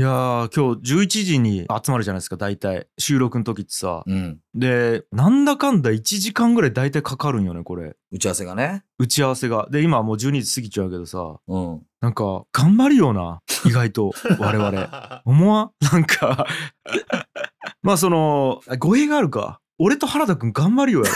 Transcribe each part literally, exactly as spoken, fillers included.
いやー今日じゅういちじに集まるじゃないですか大体収録の時ってさ、 うん。 でなんだかんだいちじかんぐらい大体かかるんよねこれ打ち合わせがね。 打ち合わせが。で今はもうじゅうにじ過ぎちゃうけどさ、 うん。 なんか頑張るよな意外と我々思わんなんかまあその語弊があるか、俺と原田くん頑張るよやろ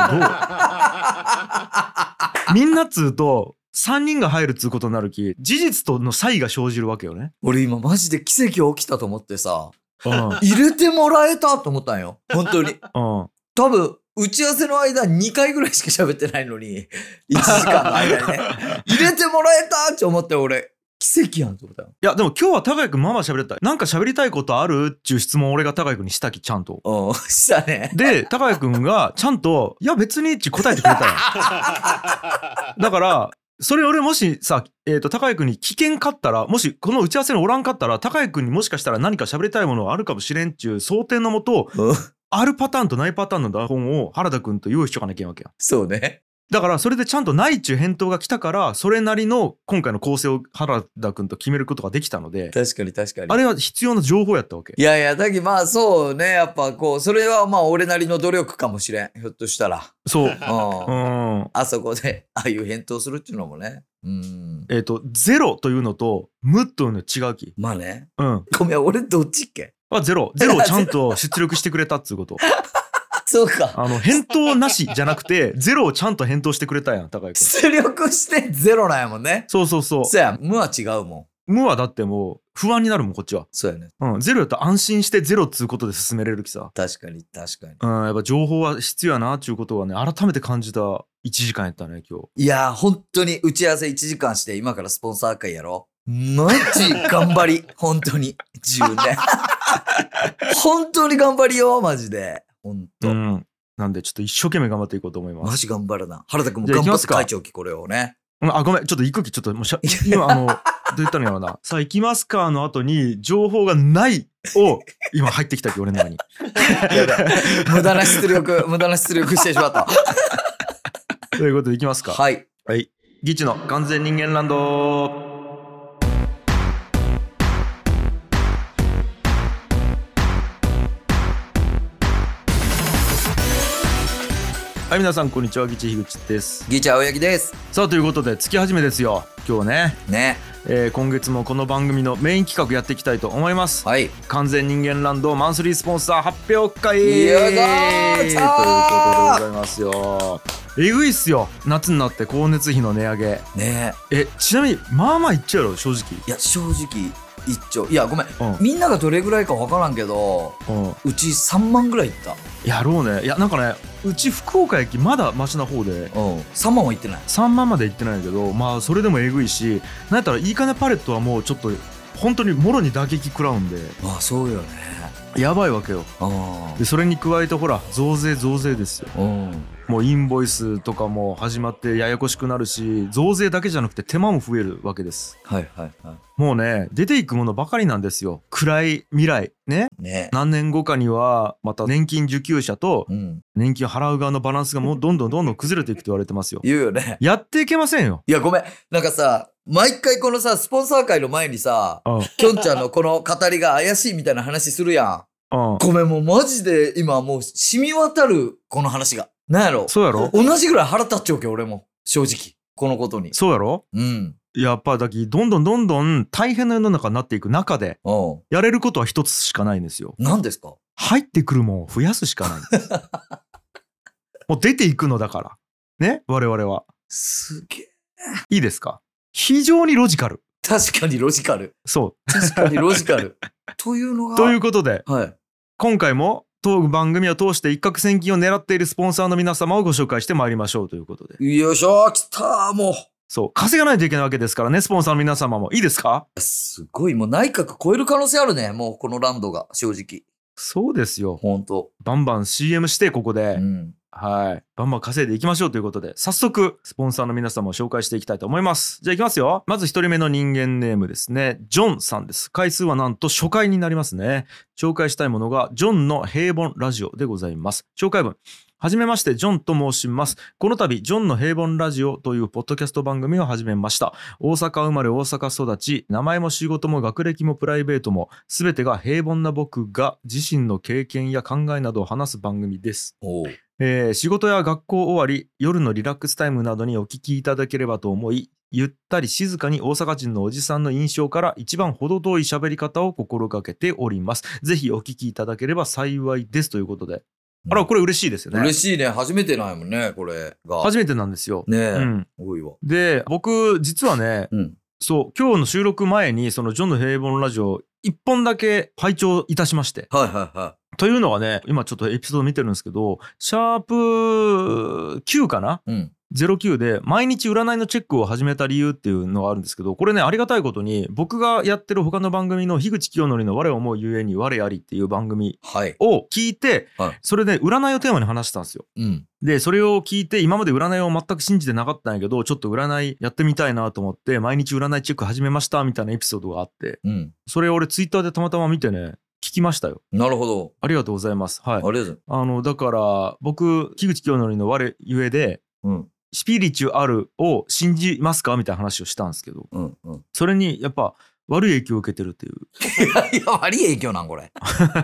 どうみんなっつうとさんにんが入るっつうことになるき、事実との差異が生じるわけよね。 俺今マジで奇跡起きたと思ってさ、 うん、 入れてもらえたと思ったんよ。本当に。 うん、 多分、打ち合わせの間にかいぐらいしか喋ってないのに、いちじかんの間にね、入れてもらえたって思って俺、奇跡やんと思ったよ。 いやでも今日は高井くんまあまあ喋れた。なんか喋りたいことあるっていう質問を俺が高井くんにしたきちゃんと。 うん、したね。 で高井くんがちゃんといや別にって答えてくれたよ。だからそれ俺もしさ、えーと高井くんに聞けんかったら、もしこの打ち合わせにおらんかったら高井くんにもしかしたら何か喋りたいものがあるかもしれんっていう想定のもと、 うん、 あるパターンとないパターンの台本を原田くんと用意しとかなきゃいけんわけや。 そうね。 だからそれでちゃんとないっちゅう返答が来たから、それなりの今回の構成を原田くんと決めることができたので、 確かに確かに。 あれは必要な情報やったわけ。 いやいや、だけどまあそうね、やっぱこう、それはまあ俺なりの努力かもしれん。ひょっとしたら。 そう。 うん。 うん。 あそこで、ああいう返答するっていうのもね。うん。 えっと、ゼロというのと、無というのは違うき。 まあね。 うん。 ごめん、俺どっちっけ？ あ、ゼロ。ゼロをちゃんと出力してくれたっつうこと。 そうか。 あの、返答なしじゃなくて、ゼロをちゃんと返答してくれたやん、高井君。 出力してゼロなんやもんね。 そうそうそう。 そうや、無は違うもん。 無はだってもう、不安になるもん、こっちは。 そうやね。 うん。ゼロやったら安心してゼロっつうことで進めれるきさ。 確かに、確かに。 うん、やっぱ情報は必要やなっちゅうことはね、改めて感じたいちじかんやったね、今日。 いやー、本当に打ち合わせいちじかんして、今からスポンサー会やろ。マジ頑張り。本当に。自分で。本当に頑張りよ、マジで。本当。 うん。なんでちょっと一生懸命頑張っていこうと思います。 マジ頑張るな。原田くんも頑張って書いちゃおき、これをね。 あ、ごめん、ちょっと行くき、ちょっともうしゃ、今あの、どう言ったのやろな。さあ行きますかの後に、情報がないを、今入ってきたき、俺の中に。 やだ。無駄な出力、無駄な出力してしまった。 ということで行きますか。 はい。 はい。ギチの完全人間ランド。はい、皆さんこんにちは、ギチ樋口です。 ギチ青柳です。 さあということで月始めですよ今日ね。 ね。 えー、今月もこの番組のメイン企画やっていきたいと思います。 はい。 完全人間ランドマンスリースポンサー発表会よいしょーということでございますよ。えぐいっすよ、夏になって光熱費の値上げね。 えちなみにまあまあいっちゃうやろ正直。 いや正直一丁、いやごめん、 うん、 みんながどれぐらいか分からんけど、うん、うちさんまんぐらいいった。 やろうね。いやなんかね、うち福岡駅まだマシな方で、 うん、さんまんはいってない。 さんまんまでいってないけど、まあそれでもえぐいし、なんやったらいいかねパレットはもうちょっと本当にもろに打撃食らうんで。 ああそうよね。 やばいわけよ。 あでそれに加えてほら増税増税ですよ。うん、もうインボイスとかも始まってややこしくなるし、増税だけじゃなくて手間も増えるわけです。 はいはいはい。 もうね出ていくものばかりなんですよ。暗い未来 ね, ね何年後かにはまた年金受給者と年金を払う側のバランスがもうどんどんどんどん崩れていくと言われてますよ。 言うよね。 やっていけませんよ。 いやごめん、なんかさ毎回このさスポンサー会の前にさ、きょんちゃんのこの語りが怪しいみたいな話するやん。うん、ごめんもうマジで今もう染み渡るこの話が。なんやろ。 そうやろ。 同じぐらい腹立っちゃうけ俺も正直このことに。 そうやろ。 うん。 やっぱだきどんどんどんどん大変な世の中になっていく中で、やれることは一つしかないんですよ。 何ですか。 入ってくるもんを増やすしかないんですもう出ていくのだからね、我々は。 すげえ。 いいですか。非常にロジカル。 確かにロジカル。 そう確かにロジカルというのがということで、 はい、 今回も当番組を通して一攫千金を狙っているスポンサーの皆様をご紹介してまいりましょうということで。 よいしょ来た。もうそう稼がないといけないわけですからね、スポンサーの皆様も。いいですか。 すごいもう内閣超える可能性あるね、もうこのランドが正直。 そうですよ。 ほんとバンバン シーエム してここで、うん、はいバンバン稼いでいきましょうということで、早速スポンサーの皆様を紹介していきたいと思います。じゃあいきますよ。まず一人目の人間ネームですね、ジョンさんです。回数はなんと初回になりますね。紹介したいものがジョンの平凡ラジオでございます。紹介文。 はじめまして、ジョンと申します。この度、ジョンの平凡ラジオというポッドキャスト番組を始めました。大阪生まれ、大阪育ち、名前も仕事も学歴もプライベートも、すべてが平凡な僕が自身の経験や考えなどを話す番組です。 おう、 えー仕事や学校終わり、夜のリラックスタイムなどにお聞きいただければと思い、ゆったり静かに大阪人のおじさんの印象から一番程遠い喋り方を心がけております。ぜひお聞きいただければ幸いですということで。あら、これ嬉しいですよね。 嬉しいね。初めてないもんね、これが。 初めてなんですよ。 ねえ、 うん、 多いわ。 で、僕実はね、 うん、 そう今日の収録前にそのジョンの平凡ラジオ一本だけ拝聴いたしまして。 はいはいはい。 というのはね、今ちょっとエピソード見てるんですけど、シャープきゅうかな、 うん、 ゼロきゅうで毎日占いのチェックを始めた理由っていうのがあるんですけど、これね、ありがたいことに僕がやってる他の番組の樋口清則の我を思うゆえに我ありっていう番組を聞いて、はいはい、それで占いをテーマに話したんですよ、うん、でそれを聞いて今まで占いを全く信じてなかったんやけど、ちょっと占いやってみたいなと思って毎日占いチェック始めましたみたいなエピソードがあって、うん、それを俺ツイッターでたまたま見てね聞きましたよ。 なるほど。 ありがとうございます。はい。ありがとうございます。あのだから僕樋口清則の我ゆえで、うん、スピリチュアルを信じますかみたいな話をしたんですけど、うんうん、それにやっぱ悪い影響を受けてるっていう。 いやいや悪い影響なんこれ。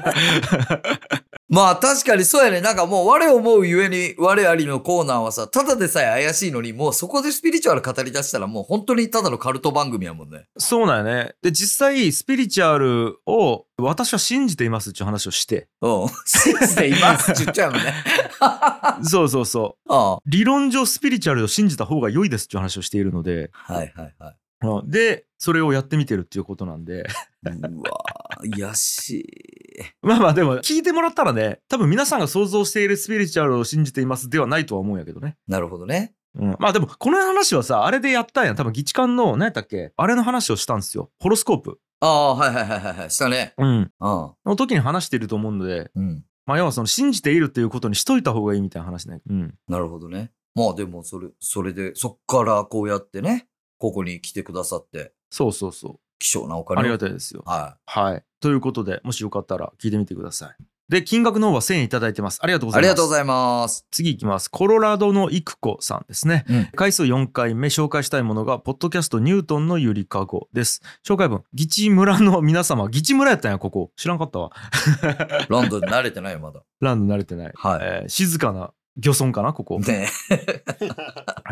まあ確かにそうやね。なんかもう我思うゆえに我ありのコーナーはさ、ただでさえ怪しいのに、もうそこでスピリチュアル語り出したらもう本当にただのカルト番組やもんね。 そうなんよね。で実際スピリチュアルを私は信じていますっていう話をして、 うん、信じていますって言っちゃうもんね。 そうそうそう。ああ、理論上スピリチュアルを信じた方が良いですっていう話をしているので、 はいはいはい。 でそれをやってみてるっていうことなんで。 うわー、やしい。 まあまあでも聞いてもらったらね、多分皆さんが想像しているスピリチュアルを信じていますではないとは思うんやけどね。 なるほどね。 うん、まあでもこの話はさ、あれでやったんや。多分議事館の何やったっけ、あれの話をしたんですよ。ホロスコープ。 ああ、はいはいはいはい、したね。 うん。ああの時に話していると思うので、うん、まあ要はその信じているっていうことにしといた方がいいみたいな話ね。うん。 なるほどね。まあでもそれそれでそっからこうやってね、ここに来てくださって。 そうそうそう。 希少なお金。 ありがたいですよ。 はい。 はい。ということで、もしよかったら聞いてみてください。で、金額の方はせんえんいただいてます。ありがとうございます。 ありがとうございます。 次いきます。コロラドのイクコさんですね。うん、回数よんかいめ、紹介したいものが、ポッドキャストニュートンのゆりかごです。紹介文、ギチ村の皆様、ギチ村やったんや、ここ。知らんかったわ。 ランド慣れてないよ、まだ。 ランド慣れてない。はい。えー、静かな漁村かなここねえ、はい、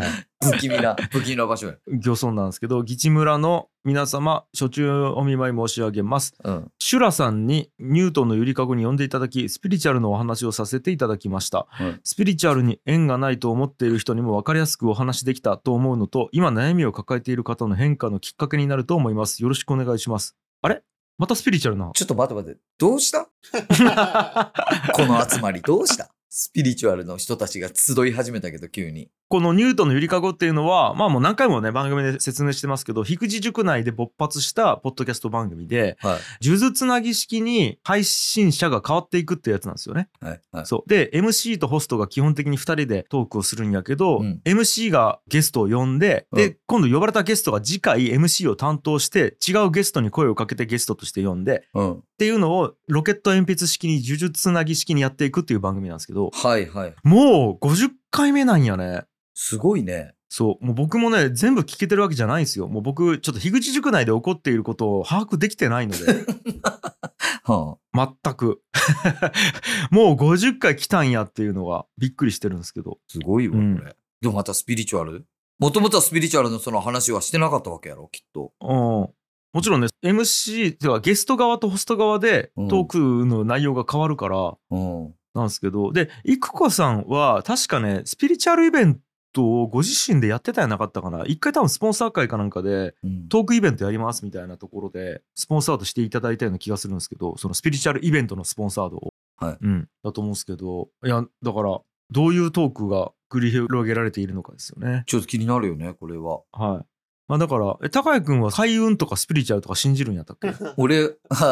不気味な不気味な場所や。 漁村なんですけど、ギチ村の皆様初中お見舞い申し上げます、うん、シュラさんにニュートンのゆりかごに呼んでいただき、スピリチュアルのお話をさせていただきました、うん、スピリチュアルに縁がないと思っている人にも分かりやすくお話できたと思うのと、今悩みを抱えている方の変化のきっかけになると思います。よろしくお願いします。あれまたスピリチュアルな。 ちょっと待って待って、どうしたこの集まりどうした。スピリチュアルの人たちが集い始めたけど急に。 このニュートンのゆりかごっていうのは、まあもう何回もね番組で説明してますけど、樋口塾内で勃発したポッドキャスト番組で、はい、数珠つなぎ式に配信者が変わっていくってやつなんですよね。はいはい、そうで エムシー とホストが基本的にふたりでトークをするんやけど、うん、エムシー がゲストを呼んで、うん、で今度呼ばれたゲストが次回 エムシー を担当して違うゲストに声をかけてゲストとして呼んで、うん、っていうのをロケット鉛筆式に数珠つなぎ式にやっていくっていう番組なんですけど、 はいはい、 もうごじゅっかいめなんやね。 すごいね。 そう、もう僕もね全部聞けてるわけじゃないんですよ。もう僕ちょっと樋口塾内で起こっていることを把握できてないので、はあ、全くもうごじゅっかい来たんやっていうのがびっくりしてるんですけど。 すごいわこれ、うん、でもまたスピリチュアル、もともとはスピリチュアルのその話はしてなかったわけやろきっと。 うん、もちろんね エムシー ではゲスト側とホスト側でトークの内容が変わるから、うん、なんですけど、でイクコさんは確かねスピリチュアルイベントをご自身でやってたんやなかったかな。一回多分スポンサー会かなんかでトークイベントやりますみたいなところでスポンサードしていただいたような気がするんですけど、そのスピリチュアルイベントのスポンサードを、はい、うん、だと思うんですけど、いやだからどういうトークが繰り広げられているのかですよね。 ちょっと気になるよねこれは。 はい。まあだからえ高谷君は開運とかスピリチュアルとか信じるんやったっけ？ 俺は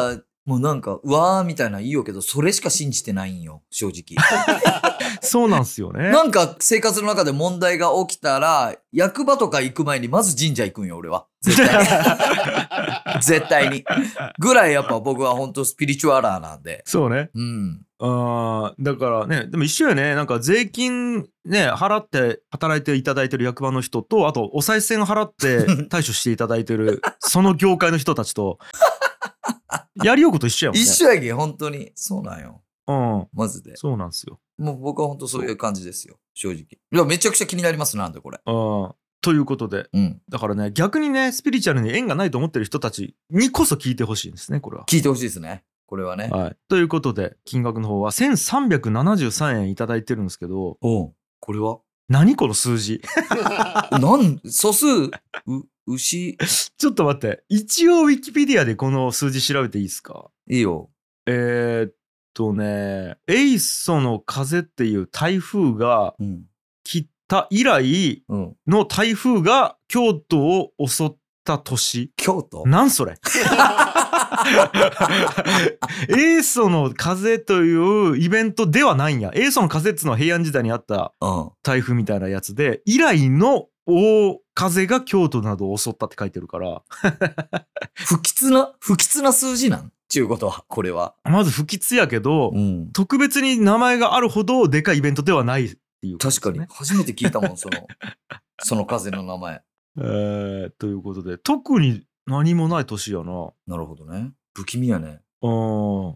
もうなんか、うわーみたいな言いようけど、それしか信じてないんよ、正直。 そうなんすよね。 なんか生活の中で問題が起きたら、役場とか行く前にまず神社行くんよ、俺は。絶対に。絶対に。ぐらいやっぱ僕は本当スピリチュアラーなんで。 そうね。 うん。 あだからね、でも一緒やね。なんか税金ね、払って働いていただいてる役場の人と、あとお賽銭払って対処していただいてる、その業界の人たちと、やりようこと一緒やもんね。 一緒やけん、本当に。そうなんよ。 うん。 マジで。 そうなんですよ。 もう僕は本当そういう感じですよ。正直。いや、めちゃくちゃ気になりますなんで、これ。 うん。ということで、うん、だからね、逆にね、スピリチュアルに縁がないと思ってる人たちにこそ聞いてほしいんですね、これは。 聞いてほしいですね。これはね。 はい。ということで、金額の方はせんさんびゃくななじゅうさんえんいただいてるんですけど、 おう、これは何この数字なん、素数、う、牛。 ちょっと待って。一応ウィキペディアでこの数字調べていいですか？ いいよ。 えー、っとね、エイソの風っていう台風が来た以来の台風が京都を襲った年。 京都？ なんそれエイソの風というイベントではないんや。エイソの風っていうのは平安時代にあった台風みたいなやつで、以来の大風が京都などを襲ったって書いてるから不吉な不吉な数字なんちゅうことは、これはまず不吉やけど、うん、特別に名前があるほどでかいイベントではないっていうことですね。 確かに初めて聞いたもんそのその風の名前。 えー、ということで特に何もない年やな。 なるほどね。不気味やね。 うん。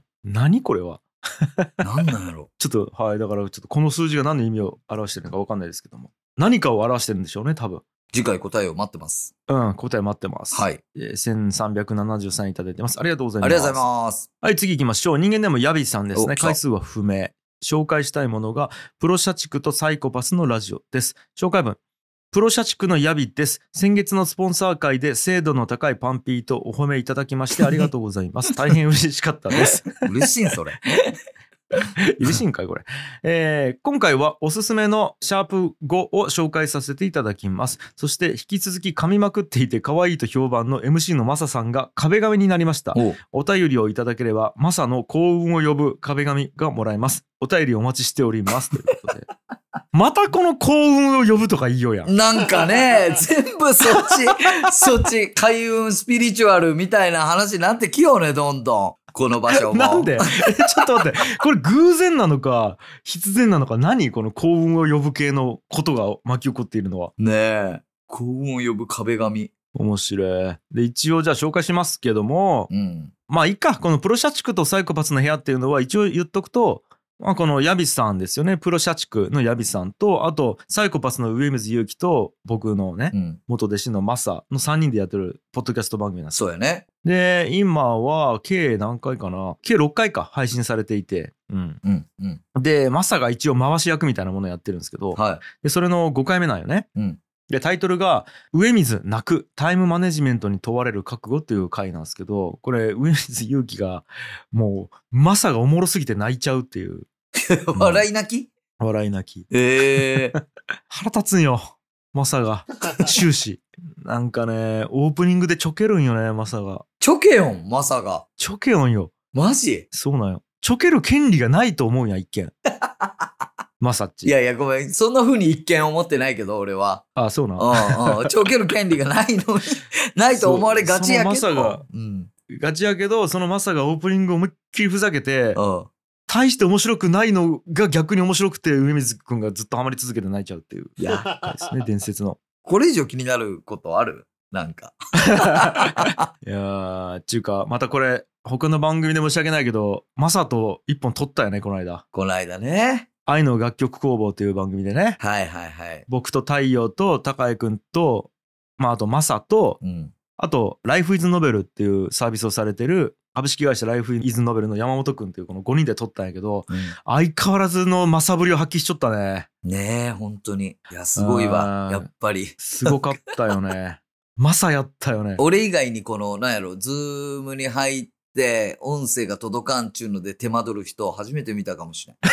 何これは何なんやろ。 ちょっとはい、だからちょっとこの数字が何の意味を表してるのか分かんないですけども、何かを表してるんでしょうね、多分。 次回答えを待ってます。 うん、答え待ってます。 はい。 えー、せんさんびゃくななじゅうさんいただいてます。ありがとうございます。 ありがとうございます。 はい、次行きましょう。人間でもヤビさんですね。回数は不明。紹介したいものがプロ社畜とサイコパスのラジオです。紹介文。プロ社畜のヤビです。先月のスポンサー会で精度の高いパンピーとお褒めいただきましてありがとうございます。大変嬉しかったです。 嬉しいんそれ。 嬉しいんかいこれ、えー、今回はおすすめのシャープごを紹介させていただきます。そして引き続き噛みまくっていて可愛いと評判の エムシー のマサさんが壁紙になりました。 お, お便りをいただければマサの幸運を呼ぶ壁紙がもらえます。お便りお待ちしておりますということでまたこの幸運を呼ぶとかいいよやん。 なんかね全部そっちそっち開運スピリチュアルみたいな話になってきようね、どんどんこの場所も。 なんでちょっと待って、これ偶然なのか必然なのか、何この幸運を呼ぶ系のことが巻き起こっているのは。 ねえ、幸運を呼ぶ壁紙面白い。で一応じゃあ紹介しますけども、うん、まあいいか。このプロ社畜とサイコパスの部屋っていうのは一応言っとくと、まあ、このヤビさんですよね。プロ社畜のヤビさんと、あとサイコパスの上水祐希と僕のね、うん、元弟子のマサのさんにんでやってるポッドキャスト番組なんです。 そうやね。 で今は計何回かな、計ろっかいか配信されていて、うんうんうん、でマサが一応回し役みたいなものをやってるんですけど、はい、でそれのごかいめなんよね。うん、でタイトルが上水泣くタイムマネジメントに問われる覚悟っていう回なんですけど、これ上水祐希がもうマサがおもろすぎて泣いちゃうっていう笑い泣き、 うん、笑い泣き。 えー、 腹立つんよマサが終始なんかねオープニングでちょけるんよね。マサがちょけよん、マサがちょけよんよ。 マジ？ そうなんよ。ちょける権利がないと思うんや一見マサっち。 いやいやごめん、そんな風に一見思ってないけど俺は。 ああそうなの。うんうん、ちょける権利がないのにないと思われがちやけど、 そのマサが、うん、がちやけど、そのマサがオープニングを思いっきりふざけて、うん、大して面白くないのが逆に面白くて上水くんがずっとハマり続けて泣いちゃうっていう回ですね。伝説の。 これ以上気になることある？なんかいやーちゅうかまたこれ他の番組で申し訳ないけどマサと一本撮ったよねこの間。 この間ね、 愛の楽曲工房という番組でね、 はいはいはい、 僕と太陽と高井くんと、まあ、あとマサと、うん、あとライフイズノベルっていうサービスをされてる株式会社ライフイズノベルの山本くんっていうこのごにんで撮ったんやけど、うん、相変わらずのマサぶりを発揮しちゃったね。 ねえ本当に。いやすごいわやっぱり。 すごかったよねマサやったよね。 俺以外にこのなんやろズームに入って音声が届かんちゅうので手間取る人初めて見たかもしれん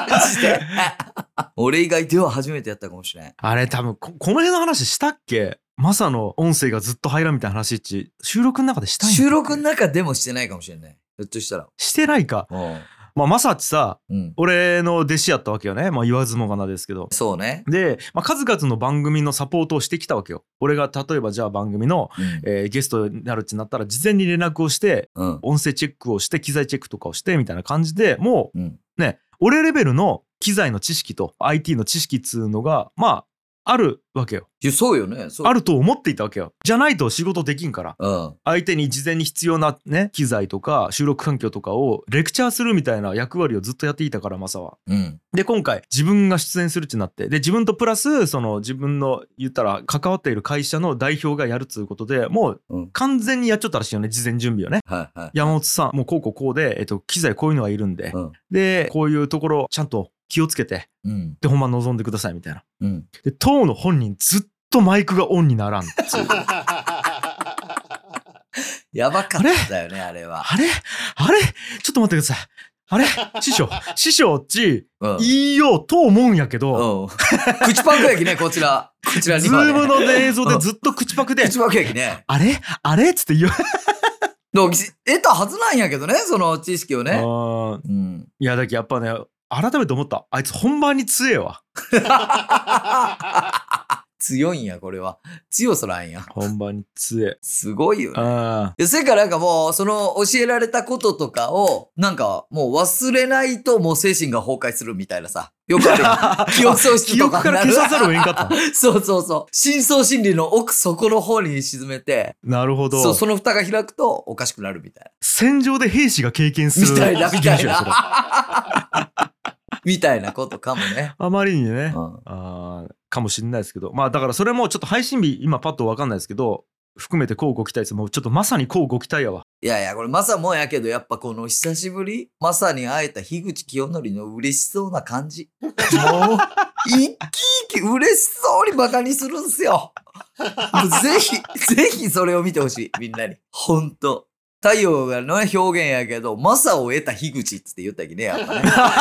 俺以外では初めてやったかもしれん。 あれ多分 こ, この辺の話したっけ？ マサの音声がずっと入らんみたいな話っち収録の中でしたんや。 収録の中でもしてないかもしれない。ひょっとしたら。 してないか。まあマサっちさ、うん、俺の弟子やったわけよね。まあ言わずもがなですけど。 そうね。 で、まあ、数々の番組のサポートをしてきたわけよ。俺が例えばじゃあ番組の、うんえー、ゲストになるってなったら事前に連絡をして、うん、音声チェックをして機材チェックとかをしてみたいな感じでもう、うん、ね俺レベルの機材の知識と アイティー の知識っつうのがまああるわけよ。 いやそうよね。そうあると思っていたわけよ。じゃないと仕事できんから、うん、相手に事前に必要なね機材とか収録環境とかをレクチャーするみたいな役割をずっとやっていたからマサは、うん、で今回自分が出演するってなってで自分とプラスその自分の言ったら関わっている会社の代表がやるっつうことでもう完全にやっちゃったらしいよね、事前準備をね、はいはい、山本さんもうこうこうこうで、えっと、機材こういうのがいるんで、うん、でこういうところちゃんと気をつけて、うん、で本番臨んでくださいみたいな、うん、で当の本人ずっとマイクがオンにならんっつうやばかったよねあれは。 あれあれちょっと待ってください。あれ師匠師匠っち、うん、いいよと思うんやけど、うん、 口パク焼きねこちらこちらには、ね、ズームの映像でずっと口パクで口パク焼きねあれあれっつって言う得たはずなんやけどねその知識をね。 あ、うん、いやだけやっぱね改めて思った。あいつ本番に強えわ。 強いんや、これは。強さなんや。 本番に強え。 すごいよね。あそれからなんかもう、その教えられたこととかを、なんかもう忘れないともう精神が崩壊するみたいなさ。よくあるやん。記憶喪失とかになる。 記憶から消さざるをえんかった。 そうそうそう。深層心理の奥底の方に沈めて。 なるほど。 そう、その蓋が開くとおかしくなるみたいな。 戦場で兵士が経験する。 みたいな、みたいな。みたいなことかもね。 あまりにね、うん、あかもしれないですけど、まあだからそれもちょっと配信日今パッと分かんないですけど含めてこうご期待です。もうちょっとまさにこうご期待やわ。 いやいやこれまさもやけどやっぱこの久しぶりまさに会えた樋口清則の嬉しそうな感じもう生き生き嬉しそうにバカにするんすよ。もうぜひぜひそれを見てほしいみんなに。ほんと太陽がの表現やけど、マサを得た樋口って言ったっけね、やっぱね。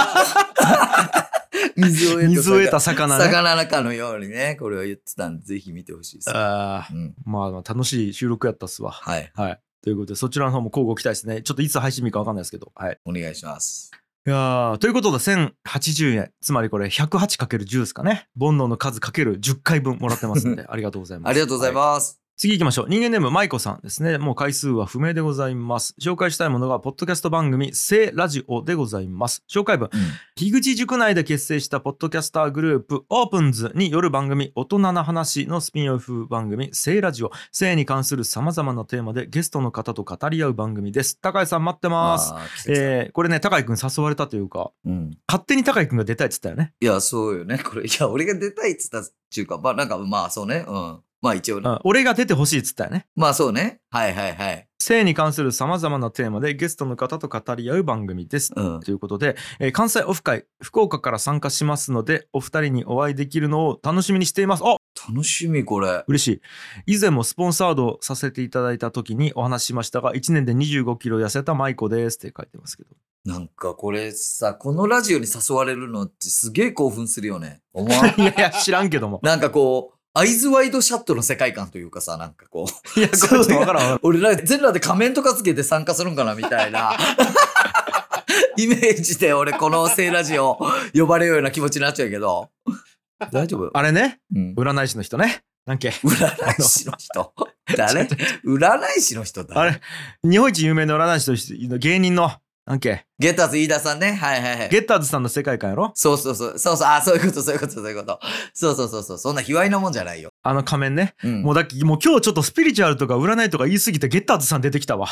水を得た水を得た魚ね。 魚のかのようにね、これを言ってたんで、ぜひ見てほしいです。 あ、うん、まあ楽しい収録やったっすわ。 はい。 はい。ということで、そちらの方も交互期待ですね。ちょっといつ配信日か分かんないですけど。はい。 お願いします。 いやということでせんはちじゅうえん、つまりこれ ひゃくはちかけるじゅう ですかね。煩悩の数かけるじゅっかいぶんもらってますんで、ありがとうございます。 ありがとうございます。はい、 次行きましょう。人間ネームマイコさんですね。もう回数は不明でございます。紹介したいものがポッドキャスト番組聖ラジオでございます。紹介文、うん、樋口塾内で結成したポッドキャスターグループオープンズによる番組大人な話のスピンオフ番組聖ラジオ。聖に関する様々なテーマでゲストの方と語り合う番組です。高井さん待ってます。えー、これね高井くん誘われたというか、うん、勝手に高井くんが出たいっつったよね。 いやそうよねこれ。いや俺が出たいっつったっていうかまあなんかまあそうねうん。まあ一応ね、うん、 俺が出てほしいっつったよね。 まあそうね。はいはいはい。 性に関する様々なテーマでゲストの方と語り合う番組です、うん、ということで、えー、関西オフ会福岡から参加しますのでお二人にお会いできるのを楽しみにしています。あ、 楽しみこれ。 嬉しい。以前もスポンサードさせていただいた時にお話ししましたがいちねんでにじゅうごキロ痩せたマイコですって書いてますけど。 なんかこれさこのラジオに誘われるのってすげえ興奮するよね。思わん？ いやいや知らんけども。 なんかこうアイズワイドシャットの世界観というかさ、なんかこう。 いや、これちょっとわからん。 俺ら全裸で仮面とかつけて参加するんかなみたいな。イメージで俺この聖ラジオ呼ばれるような気持ちになっちゃうけど。大丈夫？ あれね、うん、占い師の人ね。なんけ占い師の人誰占い師の人だ。 あれ日本一有名な占い師の芸人のなんけゲッターズ飯田さんね。はいはいはい。 ゲッターズさんの世界観やろ。 そうそうそう。そうそう。あ、そういうことそういうことそういうこと。そうそうそうそう。そんな卑猥なもんじゃないよ。 あの仮面ね。うん、もうだっけもう今日ちょっとスピリチュアルとか占いとか言いすぎてゲッターズさん出てきたわ。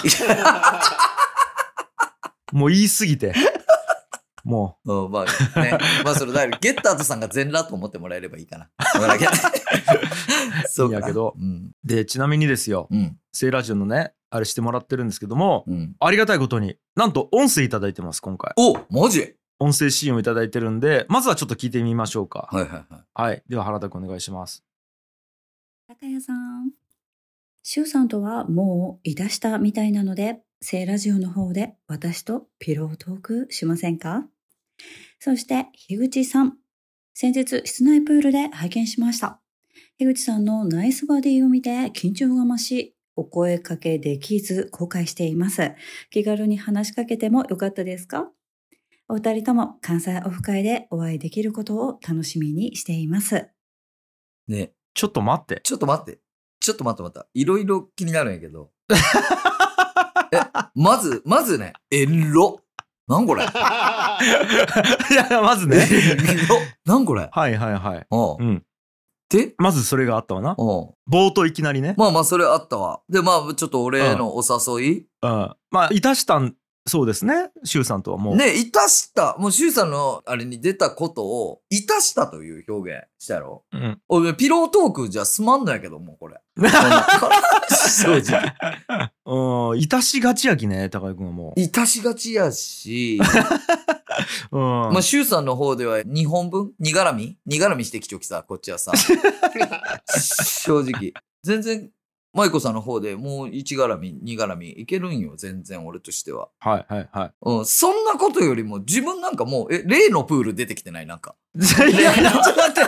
もう言いすぎて。もう。 うん、まあね。まあそれだゲッターズさんが全裸と思ってもらえればいいかな。 そうか。いいんやけど、うん。でちなみにですよ。うん、聖ラジオのね。あれしてもらってるんですけども、うん、ありがたいことになんと音声いただいてます今回。 お、マジ？ 音声 シーエム いただいてるんでまずはちょっと聞いてみましょうか。 はいはいはい。 はい、では原田君お願いします。 高谷さん、しゅうさんとはもういたしたみたいなので聖ラジオの方で私とピロートークしませんか？そして樋口さん、先日室内プールで拝見しました。 樋口さんのナイスバディを見て緊張が増し、お声かけできず後悔しています。気軽に話しかけてもよかったですか？お二人とも関西オフ会でお会いできることを楽しみにしています。 ね、 ちょっと待って。 ちょっと待って。ちょっと待って待った。いろいろ気になるんやけど。え、まず、まずね、エロ。なんこれいや、まずね。 エロ。なんこれはいはいはい。 おう、 うん。 で、 まずそれがあったわな。 おう、 冒頭いきなりね。 まあまあ、それあったわ。で、まあ、ちょっと俺へのお誘い、 うん。まあ、いたしたん、そうですね。シュウさんとはもう。 ね、いたした。もう、シュウさんのあれに出たことを、いたしたという表現したやろ。 うん。 俺、ピロートークじゃ済まんのやけど、もうこれ。正直。 うん、いたしがちやきね、高井君はもう。いたしがちやし、 うん。 まあ、シュウさんの方ではにほんぶんにがらみにがらみしてきちょきさ、こっちはさ。正直。全然、舞子さんの方でもういちがらみ、にがらみいけるんよ、全然俺としては。 はいはいはい。 うん、そんなことよりも自分なんかもう、え、例のプール出てきてないなんか。 いや、ちょっと待って。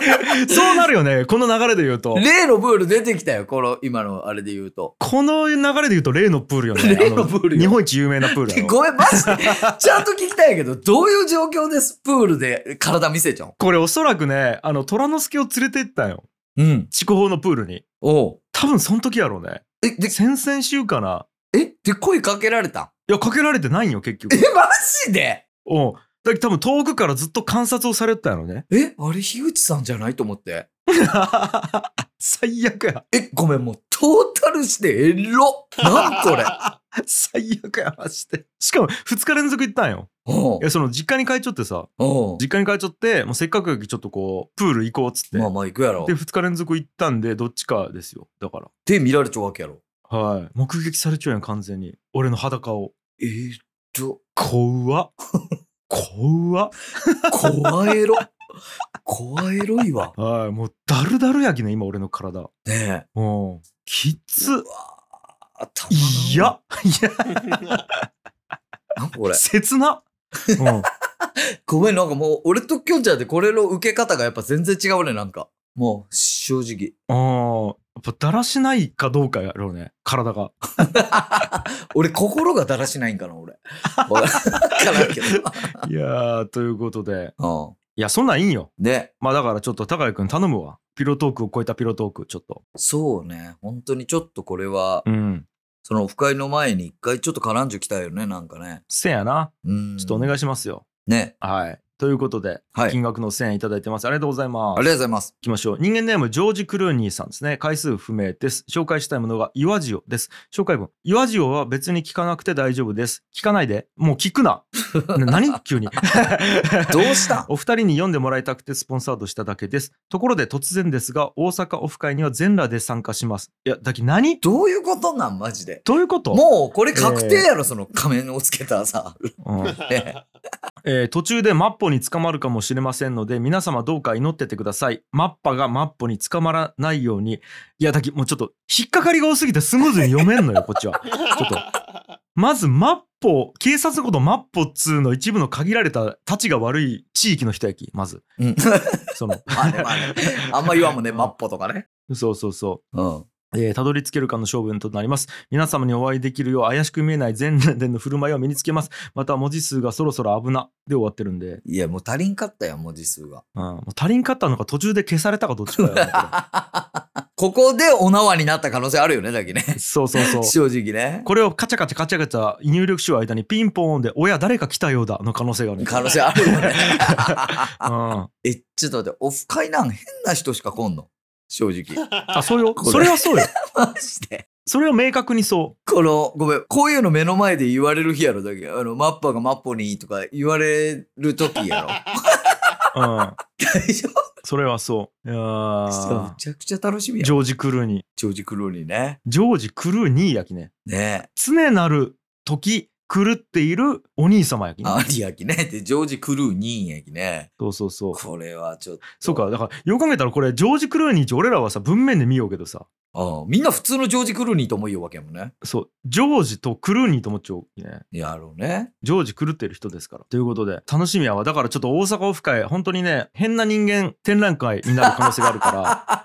そうなるよね。この流れで言うと。 例のプール出てきたよ、この、今のあれで言うと。 この流れで言うと例のプールよね。 例のプールよ。 日本一有名なプールやろ。 ごめん、マジで。ちゃんと聞きたいんやけど、どういう状況です、プールで体見せちゃう？ これおそらくね、あの、虎之助を連れて行ったよ。 うん。 筑豊のプールに。 おう。 多分その時やろうね。 え、で、 先々週かな。 え、で、声かけられた？ いや、かけられてないんよ、結局。 え、マジで？ おう。だけど多分遠くからずっと観察をされてたやろね。 え、あれ、樋口さんじゃないと思って。 最悪や。 え、ごめん、もう、トータルしてエロ。なんこれ。 最悪や、マジで。しかも、ふつか連続行ったんよ。 おう。 いや、その、実家に帰っちゃってさ。 おう。 実家に帰っちゃって、もうせっかくやきちょっとこう、プール行こうっつって。 まあまあ行くやろ。 で、ふつか連続行ったんで、どっちかですよ。だから。 で、見られちゃうわけやろ。 はい。目撃されちゃうやん、完全に。俺の裸を。 えーっと。 怖っ。怖っ。 怖エロ。怖エロいわ。 はい。もう、だるだるやきね、今、俺の体。 ねえ。 うん。きっつ。 うわー、 いや。いや。 なんかこれ。 切な。うん。 ごめん、なんかもう、俺ときょんちゃんでこれの受け方がやっぱ全然違うね、なんか。もう、正直。 ああ。やっぱだらしないかどうかやろうね、体が。 俺、心がだらしないんかな、俺。わからんけど。 いやー、ということで。 うん。 いや、そんなんいいんよ。 ね。 まあだからちょっと高井くん頼むわ。ピロトークを超えたピロトーク、ちょっと。 そうね。本当にちょっとこれは、 うん。 そのオフ会の前に一回ちょっと絡んじゅきたいよね、なんかね。 せやな。 うん。 ちょっとお願いしますよ。 ね。 はい。ということで、 はい、 金額のせんえんいただいてます。ありがとうございます。 ありがとうございます。 いきましょう。人間ネーム、ジョージ・クルーニーさんですね。回数不明です。紹介したいものが、岩塩です。紹介文。岩塩は別に聞かなくて大丈夫です。聞かないで。もう聞くな。何急に。 どうしたお二人に読んでもらいたくてスポンサードしただけです。ところで突然ですが、大阪オフ会には全裸で参加します。いや、だけ何どういうことなんマジで。 どういうこと？ もうこれ確定やろ、えー、その仮面をつけたさ。 うんえー、途中でマッポに捕まるかもしれませんので、皆様どうか祈っててください。マッパがマッポに捕まらないように。いや、だけもうちょっと引っかかりが多すぎてスムーズに読めんのよ、こっちは。ちょっと。まずマッポ、警察のことマッポっつうの一部の限られたたちが悪い地域の人やき、まず。うん、そのまあねまあね。あんま言わんもんね、マッポとかね。 そうそうそう。 うん。 えー、たどり着けるかの勝負となります。皆様にお会いできるよう怪しく見えない全年の振る舞いを身につけます。また文字数がそろそろ危なで終わってるんで。 いやもう足りんかったよ文字数が。 うん、もう足りんかったのか途中で消されたかどっちかやここでお縄になった可能性あるよねだけね。 そうそうそう。 正直ね。 これをカチャカチャカチャカチャ入力しよう間にピンポーンで親誰か来たようだの可能性がある。 可能性あるよね。 うん、 えちょっと待ってオフ会なん変な人しか来んの。正直。 あ、そうよ。それはそうよ。 マジで。 それは明確にそう。 この、ごめん、こういうの目の前で言われる日やろ、だけど、あの、マッパがマッポにとか言われる時やろ。 うん。 大丈夫？ それはそう。いやー。 めちゃくちゃ楽しみや。 ジョージ・クルーニー。 ジョージ・クルーニーね。 ジョージ・クルーニーやきね。 ねえ。 常なる時、狂っているお兄様やきね。 ありやきね。で、ジョージ・クルーニーやきね。 そうそうそう。 これはちょっと。 そうか、だから、よく考えたらこれ、ジョージ・クルーニーって俺らはさ、文面で見ようけどさ、 ああ、みんな普通のジョージ・クルーニーと思いようわけやもんね。 そう、ジョージとクルーニーと思っちゃうね。 やろうね。 ジョージ狂ってる人ですから。ということで、楽しみやわ。だからちょっと大阪オフ会、本当にね、変な人間展覧会になる可能性があるから。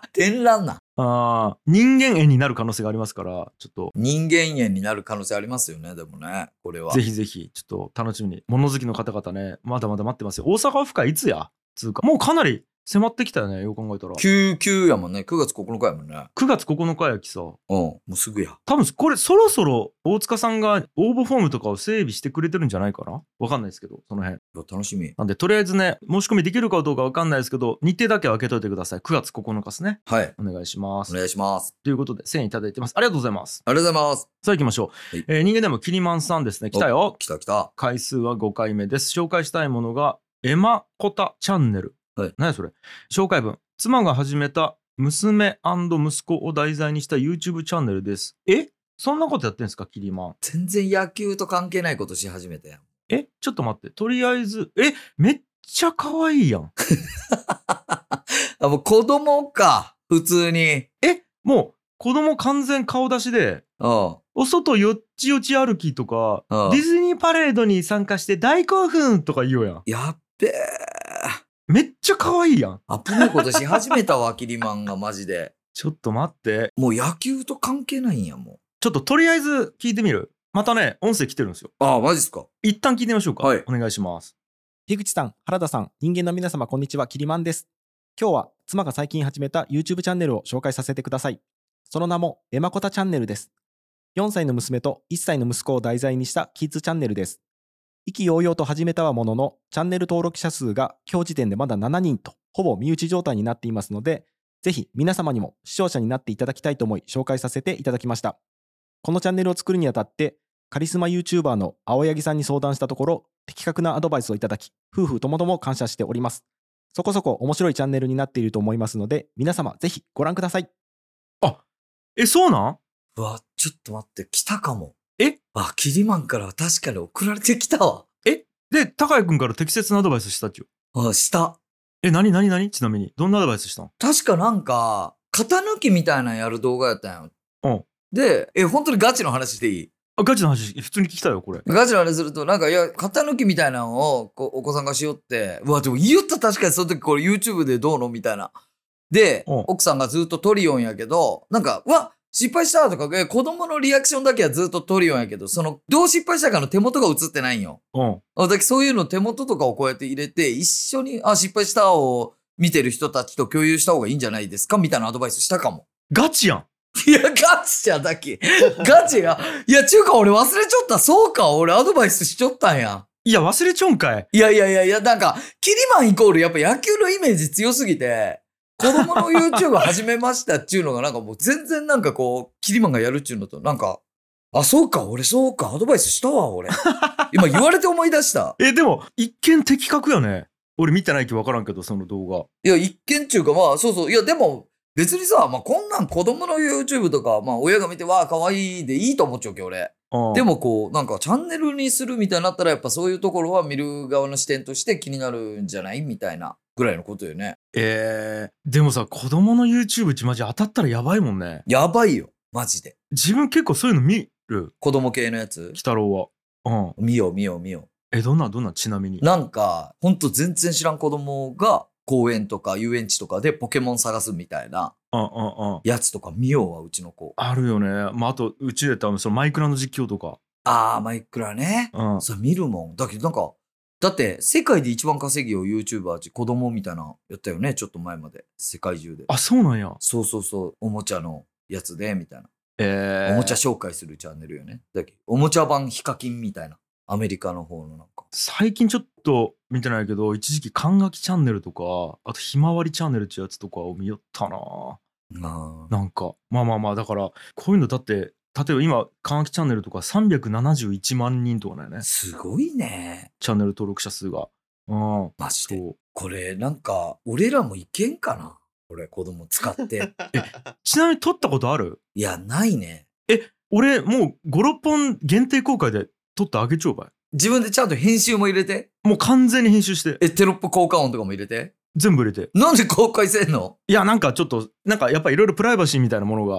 展覧な。 あ人間園になる可能性がありますから、ちょっと。 人間園になる可能性ありますよね、でもね、これは。 ぜひぜひ、ちょっと楽しみに。物好きの方々ね、まだまだ待ってますよ。大阪オフ会いつやつうか。もうかなり迫ってきたよね、よく考えたら。 きゅうきゅうやもんね。くがつここのかやもんね。 くがつここのかやきさ。うん、 もうすぐや。 多分これそろそろ大塚さんが応募フォームとかを整備してくれてるんじゃないかな。わかんないですけど、その辺。 楽しみ。 なんでとりあえずね、申し込みできるかどうかわかんないですけど、日程だけは開けといてください。くがつここのかですね。 はい。 お願いします。 お願いします。 ということでせんえんいただいてます。ありがとうございます。 ありがとうございます。 さあ行きましょう。はい、えー、人間でもキリマンさんですね。来たよ。 来た来た。 回数はごかいめです。紹介したいものがエマコタチャンネル。はい、何やそれ。紹介文。妻が始めた娘&息子を題材にした YouTube チャンネルです。えそんなことやってんすか、キリマン。 全然野球と関係ないことし始めたやん。 えちょっと待って。とりあえず、えめっちゃ可愛いやん。 あ、もう子供か。普通に。 えもう子供完全顔出しで、 お外よっちよち歩きとか、ディズニーパレードに参加して大興奮とか言うやん。 やっべえ。 めっちゃ可愛いやん。 アップのことし始めたわ、キリマンがマジで。 ちょっと待って。 もう野球と関係ないんや、もう。 ちょっととりあえず聞いてみる。またね、音声来てるんですよ。 ああ、マジっすか。 一旦聞いてみましょうか。 はい。 お願いします。 樋口さん、原田さん、人間の皆様、こんにちは、キリマンです。今日は妻が最近始めた YouTube チャンネルを紹介させてください。その名も、エマコタチャンネルです。よんさいの娘といっさいの息子を題材にしたキッズチャンネルです。意気揚々と始めたはものの、チャンネル登録者数が今日時点でまだしちにんと、ほぼ身内状態になっていますので、ぜひ皆様にも視聴者になっていただきたいと思い紹介させていただきました。このチャンネルを作るにあたって、カリスマ YouTuber の青柳さんに相談したところ、的確なアドバイスをいただき、夫婦ともども感謝しております。そこそこ面白いチャンネルになっていると思いますので、皆様ぜひご覧ください。 あ、え、そうなん？ うわ、ちょっと待って、来たかも。 え？ あ、キリマンから確かに送られてきたわ。 え？で、高谷くんから適切なアドバイスしたっちゅう。あ、した。 え、なになになにちなみに。どんなアドバイスしたん？ 確かなんか、型抜きみたいなのやる動画やったんよ。 うん。 で、え、本当にガチの話していい？ あ、ガチの話、普通に聞きたいよ、これ。 ガチの話すると、なんか、いや、型抜きみたいなのをこお子さんがしよって、うわ、でも言った確かにその時これ YouTube でどうのみたいな。で、奥さんがずっとトリオンやけど、なんか、うわ、失敗したとか、え、子供のリアクションだけはずっとトリオンやけど、その、どう失敗したかの手元が映ってないんよ。 うん。 だからそういうの手元とかをこうやって入れて、一緒に、あ、失敗したを見てる人たちと共有した方がいいんじゃないですかみたいなアドバイスしたかも。 ガチやん。 いや、ガチじゃだけ。ガチや。いや、ちゅうか俺忘れちょった。そうか、俺アドバイスしちょったんや。 いや、忘れちょんかい。 いやいやいやいや、なんか、キリマンイコールやっぱ野球のイメージ強すぎて、子供の YouTube 始めましたっていうのがなんかもう全然なんかこう、キリマンがやるっていうのと、なんか、あ、そうか、俺そうか、アドバイスしたわ、俺。今言われて思い出した。 え、でも、一見的確やね。俺見てないけど分からんけど、その動画。 いや、一見っていうかまあ、そうそう。いや、でも、別にさ、まあ、こんなん子供の YouTube とか、まあ、親が見て、わあ、可愛いでいいと思っちゃうけど、俺。でもこう、なんかチャンネルにするみたいになったら、やっぱそういうところは見る側の視点として気になるんじゃないみたいなぐらいのことよね。 えー、でもさ、子供の YouTube ちマジ当たったらやばいもんね。 やばいよ、マジで。 自分結構そういうの見る。 子供系のやつ？ 鬼太郎は。 うん。見よう見よう見よう。え、どんなどんなちなみに。 なんか、ほんと全然知らん子供が公園とか遊園地とかでポケモン探すみたいな。やつとか見ようわ、うちの子。 あるよね。まあ、あと、うちで多分そのマイクラの実況とか。 ああ、マイクラね。 うん。 それ見るもん。だけどなんか、だって世界で一番稼ぎを YouTuber ち子供みたいなやったよね、ちょっと前まで。世界中で。 あ、そうなんや。 そうそうそう、おもちゃのやつで、みたいな。 えー。 おもちゃ紹介するチャンネルよね。だけどおもちゃ版ヒカキンみたいな。アメリカの方のなんか。 最近ちょっと見てないけど、一時期管楽器チャンネルとか、あとひまわりチャンネルってやつとかを見よったな。 あなんかまあまあまあだからこういうのだって例えば今管楽器チャンネルとかさんびゃくななじゅういちまんにんとかだよね。 すごいね。 チャンネル登録者数が。うん。 マジで。これなんか俺らもいけんかな。これ子供使って。 え、ちなみに撮ったことある？ いやないね。 え、俺もうご、ろっぽん限定公開で撮ってあげちゃうばい。 自分でちゃんと編集も入れて。 もう完全に編集して。 え、テロップ効果音とかも入れて。 全部入れて。 なんで公開せんの？ いや、なんかちょっとなんかやっぱいろいろプライバシーみたいなものが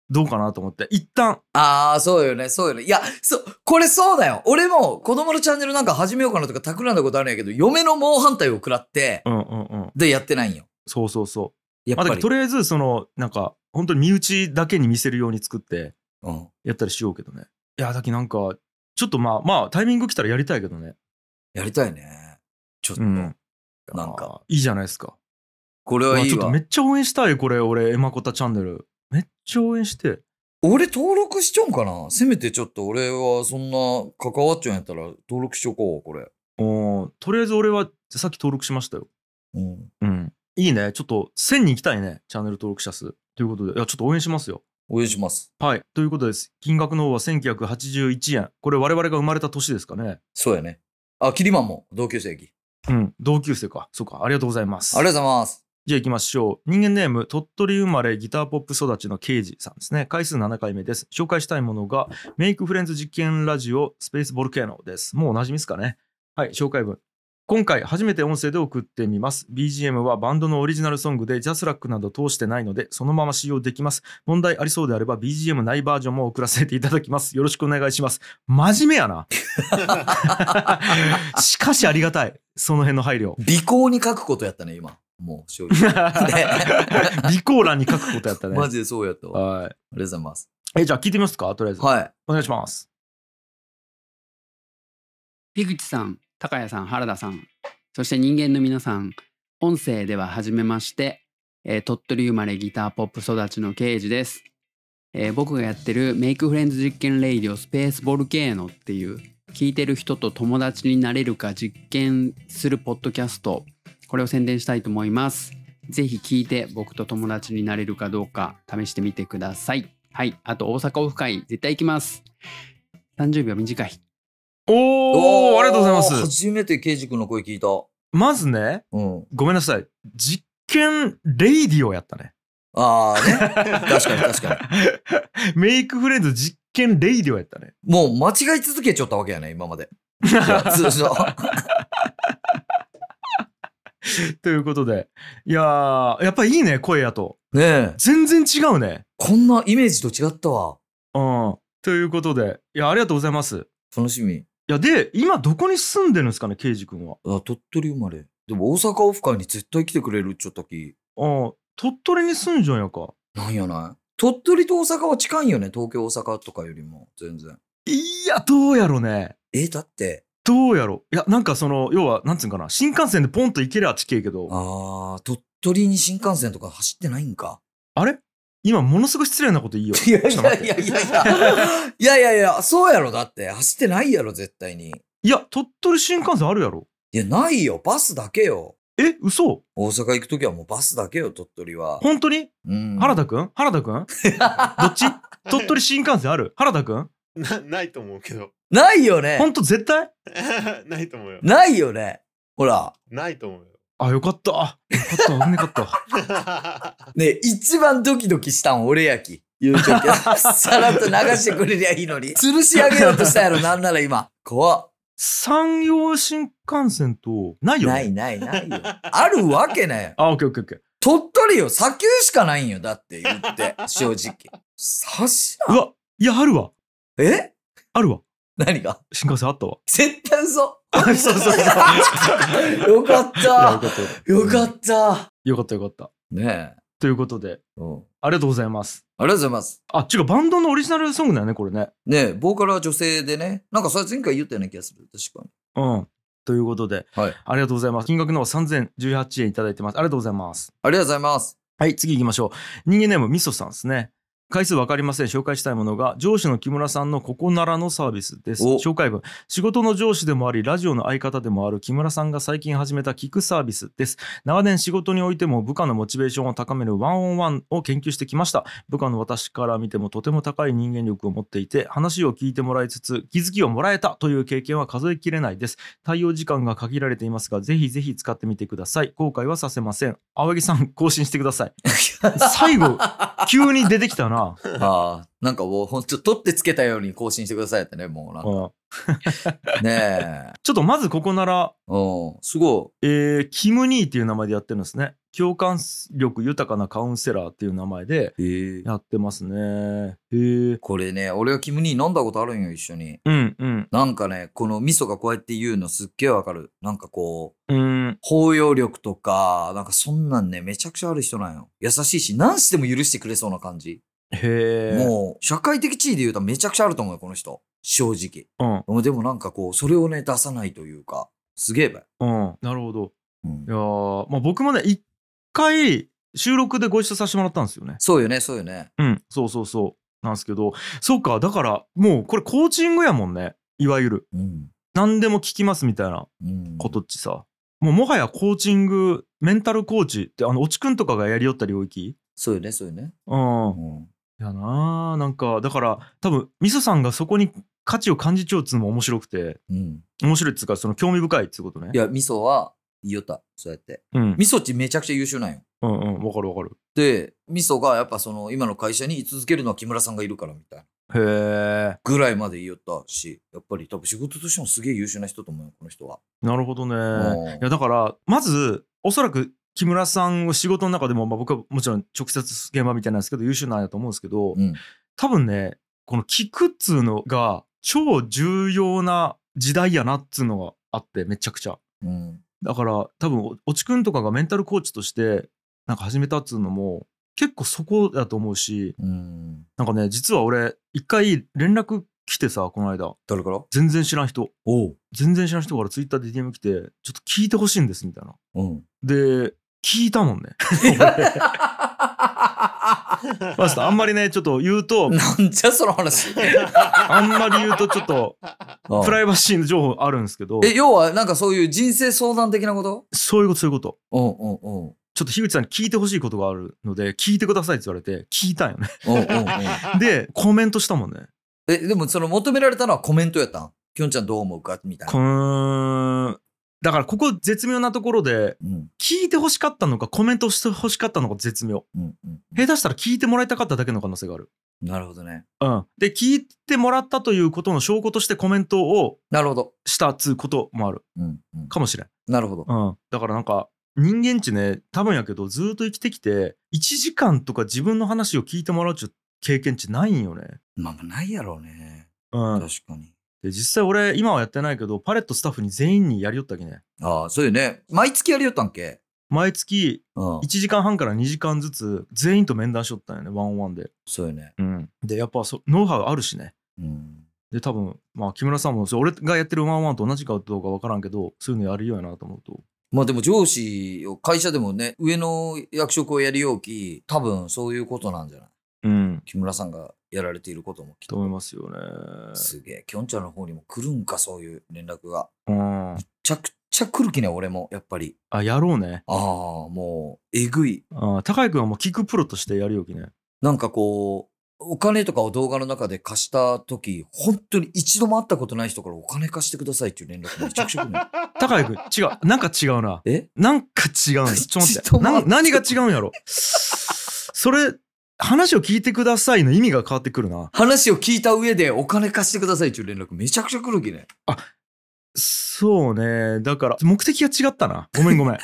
どうかなと思って。一旦。 ああ、そうよね、そうよね。いや、そう、これそうだよ。俺も子供のチャンネルなんか始めようかなとか企んだことあるんやけど、嫁の猛反対を食らって、 うんうんうん。 でやってないんよ。 そうそうそう。 やっぱり。 まあ、とりあえず、その、なんか、本当に身内だけに見せるように作って、やったりしようけどね。いや、だけなんか、ちょっとまあ、まあ、タイミング来たらやりたいけどね。 やりたいね。ちょっと、うん、なんか。 いいじゃないですか。 これはいいわ。 ちょっとめっちゃ応援したい、これ、俺、エマコタチャンネル。めっちゃ応援して。 俺登録しちゃうんかな。せめてちょっと俺はそんな関わっちゃうんやったら登録しとこう、これ。 おとりあえず俺はさっき登録しましたよ。 うん。 うん。いいね。ちょっとせんに行きたいね。チャンネル登録者数。ということで、いや、ちょっと応援しますよ。 応援します。 はい。ということです。金額の方はせんきゅうひゃくはちじゅういちえん。これ我々が生まれた年ですかね。 そうやね。あ、キリマンも同級生駅。 うん。同級生か。そうか。ありがとうございます。 ありがとうございます。 じゃあ行きましょう。人間ネーム、鳥取生まれギターポップ育ちのケイジさんですね。回数ななかいめです。紹介したいものが、メイクフレンズ実験ラジオスペースボルケーノです。もうおなじみですかね。はい、紹介文。今回初めて音声で送ってみます。ビージーエム はバンドのオリジナルソングでジャスラックなど通してないので、そのまま使用できます。問題ありそうであれば ビージーエム ないバージョンも送らせていただきます。よろしくお願いします。真面目やな。しかしありがたい。その辺の配慮。 尾行に書くことやったね、今。もう正直。 備考欄に書くことやったね。 マジでそうやったわ。 はい。 ありがとうございます。 え、じゃあ聞いてみますか、とりあえず。 はい。 お願いします。 樋口さん、高谷さん、原田さん、そして人間の皆さん、音声では初めまして、えー、鳥取生まれギターポップ育ちのケイジです。えー、僕がやってるメイクフレンズ実験レイディオスペースボルケーノっていう聞いてる人と友達になれるか実験するポッドキャスト、これを宣伝したいと思います。ぜひ聞いて僕と友達になれるかどうか試してみてください。はい。あと大阪オフ会絶対行きます。さんじゅうびょう短い。 おー、ありがとうございます。 初めてケイジ君の声聞いた。 まずね、うん、ごめんなさい。実験レイディオやったね。 ああね。確かに確かに。メイクフレンズ実験レイディオやったね。 もう間違い続けちゃったわけやね、今まで。通常。 ということで、いやー、やっぱいいね、声やと。 ねえ。 全然違うね。 こんなイメージと違ったわ。 うん。ということで、いや、ありがとうございます。 楽しみ。いや、で、今どこに住んでるんですかね、ケイジ君は。 あ、鳥取生まれ。でも大阪オフ会に絶対来てくれるっちゃったき。 ああ、鳥取に住んじゃんやか。 なんやない。鳥取と大阪は近いよね、東京大阪とかよりも、全然。 いや、どうやろね。 え、だって。 どうやろ。いや、なんかその、要は、なんつうんかな、新幹線でポンと行けりゃ近いけど。 ああ、鳥取に新幹線とか走ってないんか。 あれ今、ものすごい失礼なこと言いよ。 いやいやいやいやいや。いやいやいや、そうやろ、だって。走ってないやろ、絶対に。 いや、鳥取新幹線あるやろ。 いや、ないよ。バスだけよ。 え、嘘？ 大阪行くときはもうバスだけよ、鳥取は。 本当に？ うん。 原田くん？原田くん？どっち？鳥取新幹線ある？原田くん？ な、ないと思うけど。 ないよね。 ほんと絶対？ ないと思うよ。 ないよね。ほら。 ないと思うよ。 あ、よかった。よかった。危ねかった。 ねえ、一番ドキドキしたん俺やき。言うときは。さらっと流してくれりゃいいのに。吊るし上げようとしたやろ、なんなら今。怖っ。 山陽新幹線と、ないよね。 ないないないよ。あるわけない。 あ、オッケーオッケーオッケー。 鳥取よ、砂丘しかないんよ。だって言って、正直。さしうわ、いや、あるわ。 えあるわ。 何が新幹線あったわ。 絶対嘘。 そうそうそう。 よかった。よかった。 よかったよかった。 ねえ。 ということで、うん、ありがとうございます。 ありがとうございます。 あ、違う、バンドのオリジナルソングだよね、これね。 ねえ、ボーカルは女性でね。なんかそれ前回言ったような気がする。確かに。うん。ということで、はい、ありがとうございます。金額のさんぜんじゅうはちえんいただいてます。ありがとうございます。 ありがとうございます。 はい、次行きましょう。人間ネームみそさんですね。回数わかりません。紹介したいものが上司の木村さんのここならのサービスです。紹介文。仕事の上司でもありラジオの相方でもある木村さんが最近始めた聞くサービスです。長年仕事においても部下のモチベーションを高めるワンオンワンを研究してきました。部下の私から見てもとても高い人間力を持っていて、話を聞いてもらいつつ気づきをもらえたという経験は数えきれないです。対応時間が限られていますが、ぜひぜひ使ってみてください。後悔はさせません。青柳さん更新してください。最後急に出てきたな。 ああ、なんかもうほんと取ってつけたように更新してくださいってね、もうなんか。ねえ。 ちょっとまずここなら、 うん、すごい。えー、キムニーっていう名前でやってるんですね。 共感力豊かなカウンセラーっていう名前でやってますね。へえ。 これね、俺はキムに飲んだことあるんよ、一緒に。 うんうん。 なんかね、この味噌がこうやって言うのすっげえわかる。なんかこう、 うん、 包容力とか、なんかそんなんね、めちゃくちゃある人なんよ。優しいし、何しても許してくれそうな感じ。 へえ。 もう、社会的地位で言うとめちゃくちゃあると思うよ、この人。正直。うん。でもなんかこう、それをね、出さないというか、すげえばい。 うん、なるほど。うん、いやー、まあ、僕もね、一回収録でご一緒させてもらったんですよね。 そうよね、そうよね。 うん、そうそうそうなんですけど、そうか、だからもうこれコーチングやもんね、いわゆる。うん、何でも聞きますみたいなことっちさ、もうもはやコーチング、メンタルコーチってあの落ちくんとかがやりよった領域。 そうよね、そうよね。 うん。うん、いやなー、なんかだから多分ミソさんがそこに価値を感じちゃうっつうのも面白くて、うん、面白いっつうかその興味深いっつうことね。 いや、ミソは言いよった、そうやって。うん、ミソっちめちゃくちゃ優秀なんよ。 うんうん、わかるわかる。 で、ミソがやっぱその今の会社に居続けるのは木村さんがいるからみたいな。 へえ。 ぐらいまで言いよったし、やっぱり多分仕事としてもすげえ優秀な人と思うよ、この人は。 なるほどね。いやだからまずおそらく木村さんを仕事の中でも、まあ、僕はもちろん直接現場みたいなんですけど優秀なんやと思うんですけど、うん、多分ねこの聞くっつうのが超重要な時代やなっつうのがあってめちゃくちゃ、うん、だから多分おちくんとかがメンタルコーチとしてなんか始めたっつうのも結構そこだと思うし、うん、なんかね実は俺一回連絡来てさこの間誰から全然知らん人お全然知らん人からツイッターで ディーエム 来てちょっと聞いてほしいんですみたいな、うん、で聞いたもんねまあ、あんまりねちょっと言うとなんじゃその話あんまり言うとちょっとプライバシーの情報あるんですけどえ要はなんかそういう人生相談的なこと？ そういうことそういうことうんうんうんちょっと樋口さんに聞いてほしいことがあるので聞いてくださいって言われて聞いたんよねうんうん、うん、でコメントしたもんね。 えでもその求められたのはコメントやったん？きょんちゃんどう思うかみたいな。 うーんだからここ絶妙なところで、うん、聞いてほしかったのかコメントしてほしかったのか絶妙、うんうんうん、下手したら聞いてもらいたかっただけの可能性がある。 なるほどね、 うん、で聞いてもらったということの証拠としてコメントをなるほどしたっつうこともある、うんうん、かもしれん。 なるほど、 うん、だからなんか人間値ね多分やけどずっと生きてきていちじかんとか自分の話を聞いてもらうっちゅう経験値ないんよね。 まあないやろうね、 うん、 確かに。 で実際俺今はやってないけどパレットスタッフに全員にやりよったきね。 ああそうよね。毎月やりよったんけ？ 毎月いちじかんはんからにじかんずつ全員と面談しよったんよねワンオンワンで。 そうよね、 うん、でやっぱそノウハウあるしね、うん、で多分まあ木村さんもそれ俺がやってるワンオンワンと同じかどうか分からんけどそういうのやるようやなと思うとまあでも上司を会社でもね上の役職をやりようき多分そういうことなんじゃない？うん、木村さんがやられていることもきっと思いますよね。 すげえきょんちゃんの方にも来るんかそういう連絡が。うんめちゃくちゃ来るきね俺もやっぱり。 あやろうね。 ああもうえぐい。 あ高井君はもう聞くプロとしてやるよきね。 なんかこうお金とかを動画の中で貸した時本当に一度も会ったことない人からお金貸してくださいっていう連絡めちゃくちゃ来るね。 高井君違うなんか違うな。 えなんか違うんです。ちょっと待ってな何が違うんやろそれ話を聞いてくださいの意味が変わってくるな。 話を聞いた上でお金貸してくださいっていう連絡めちゃくちゃ来るきね。 あそうねだから目的が違ったな。ごめんごめん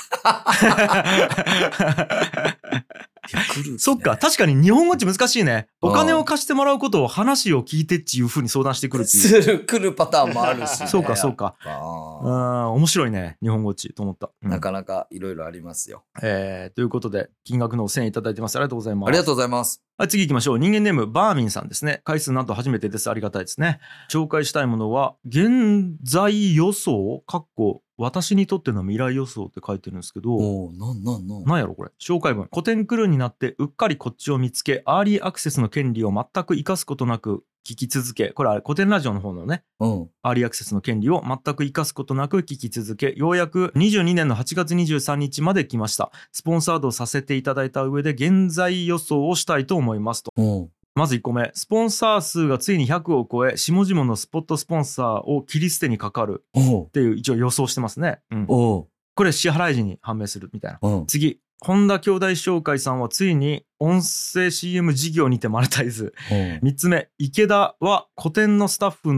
ね、そっか確かに日本語って難しいね。お金を貸してもらうことを話を聞いてっていう風に相談してくるっていうする来るパターンもあるし、ね、 そうかそうかあ面白いね日本語っちと思った、 うん、なかなかいろいろありますよ、 えー、ということで金額のせんえんいただいてます。ありがとうございます。 ありがとうございます。 はい、次行きましょう。人間ネームバーミンさんですね。回数なんと初めてです。ありがたいですね。紹介したいものは現在予想かっこ私にとっての未来予想って書いてるんですけどおなんなんなんなんやろこれ。紹介文古典クルーになってうっかりこっちを見つけアーリーアクセスの権利を全く生かすことなく聞き続けこれは古典ラジオの方のね、うん、アーリーアクセスの権利を全く生かすことなく聞き続けようやくにじゅうにねんのはちがつにじゅうさんにちまで来ました。スポンサードさせていただいた上で現在予想をしたいと思いますと、うんまずいっこめスポンサー数がついにひゃくを超え下々のスポットスポンサーを切り捨てにかかるっていう一応予想してますね、うん、これ支払い時に判明するみたいな。次本田兄弟商会さんはついに音声 シーエム 事業にてマネタイズ。みっつめ池田は古典のスタッフの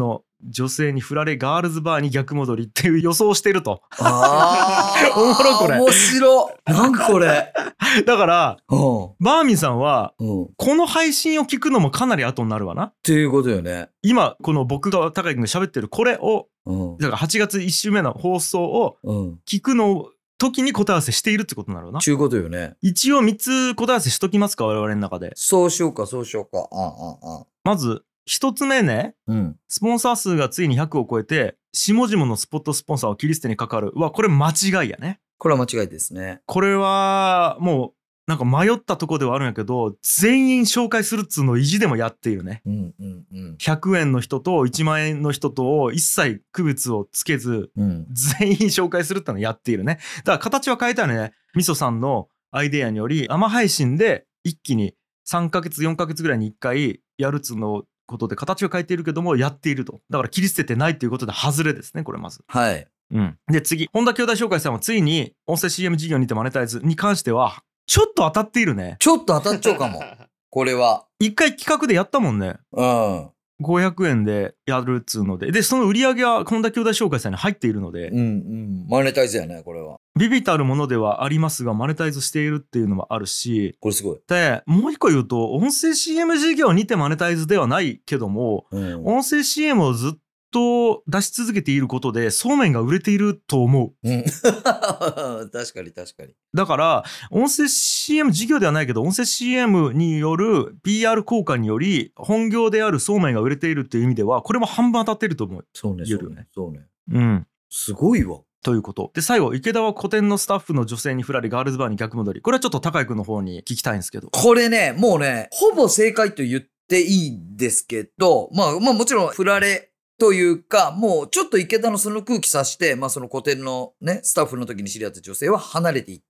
女性に振られガールズバーに逆戻りっていう予想をしてると。 あーおもろこれ面白い。なんかこれ。 だからうんバーミンさんはうん。っこの配信を聞くのもかなり後になるわな。 ていうことよね。 今この僕と高井君が喋ってるこれをうん。 だからはちがついち週目の放送をうん。 聞くの時に答え合わせしているってことになるわな。 ちゅうことよね。 一応みっつ答え合わせしときますか我々の中で。 そうしようか、そうしようか。ああ、ああ。 まずひとつめね、 うん。 スポンサー数がついにひゃくを超えて下々のスポットスポンサーを切り捨てにかかる。うわこれ間違いやね。 これは間違いですね。 これはもうなんか迷ったとこではあるんやけど全員紹介するっつうのを意地でもやっているね。 うんうんうん。 ひゃくえんの人といちまん円の人とを一切区別をつけずうん。 全員紹介するってのをやっているね。だから形は変えたよね。みそさんのアイデアにより生配信で一気にさんかげつよんかげつぐらいにいっかいやるっつうのことで形は変えているけどもやっていると。だから切り捨ててないということで外れですねこれまず。 はい。 うん、で次本田兄弟紹介さんはついに音声 シーエム 事業にてマネタイズに関してはちょっと当たっているね。 ちょっと当たっちゃうかも。これは。 一回企画でやったもんね。 うん。 ごひゃくえんでやるっつうのででその売り上げは本田兄弟紹介さんに入っているので、 うんうん。マネタイズやね、これは。 ビビたるものではありますがマネタイズしているっていうのもあるしこれすごい。 でもう一個言うと音声 シーエム 事業にてマネタイズではないけどもうん。 音声 シーエム をずっと出し続けていることでそうめんが売れていると思う。 うん、確かに確かに。 だから音声 シーエム 事業ではないけど音声 シーエム による ピーアール 効果により本業であるそうめんが売れているっていう意味ではこれも半分当たっていると思う。 そうね、 言えるよねそうね。そうね。 うんすごいわ。 ということで最後池田は個展のスタッフの女性に振られガールズバーに逆戻り。これはちょっと高井君の方に聞きたいんですけど。 これね、もうね、ほぼ正解と言っていいんですけど、まあまあもちろん振られというか、もうちょっと池田のその空気さして、まあその個展のね、スタッフの時に知り合った女性は離れていって、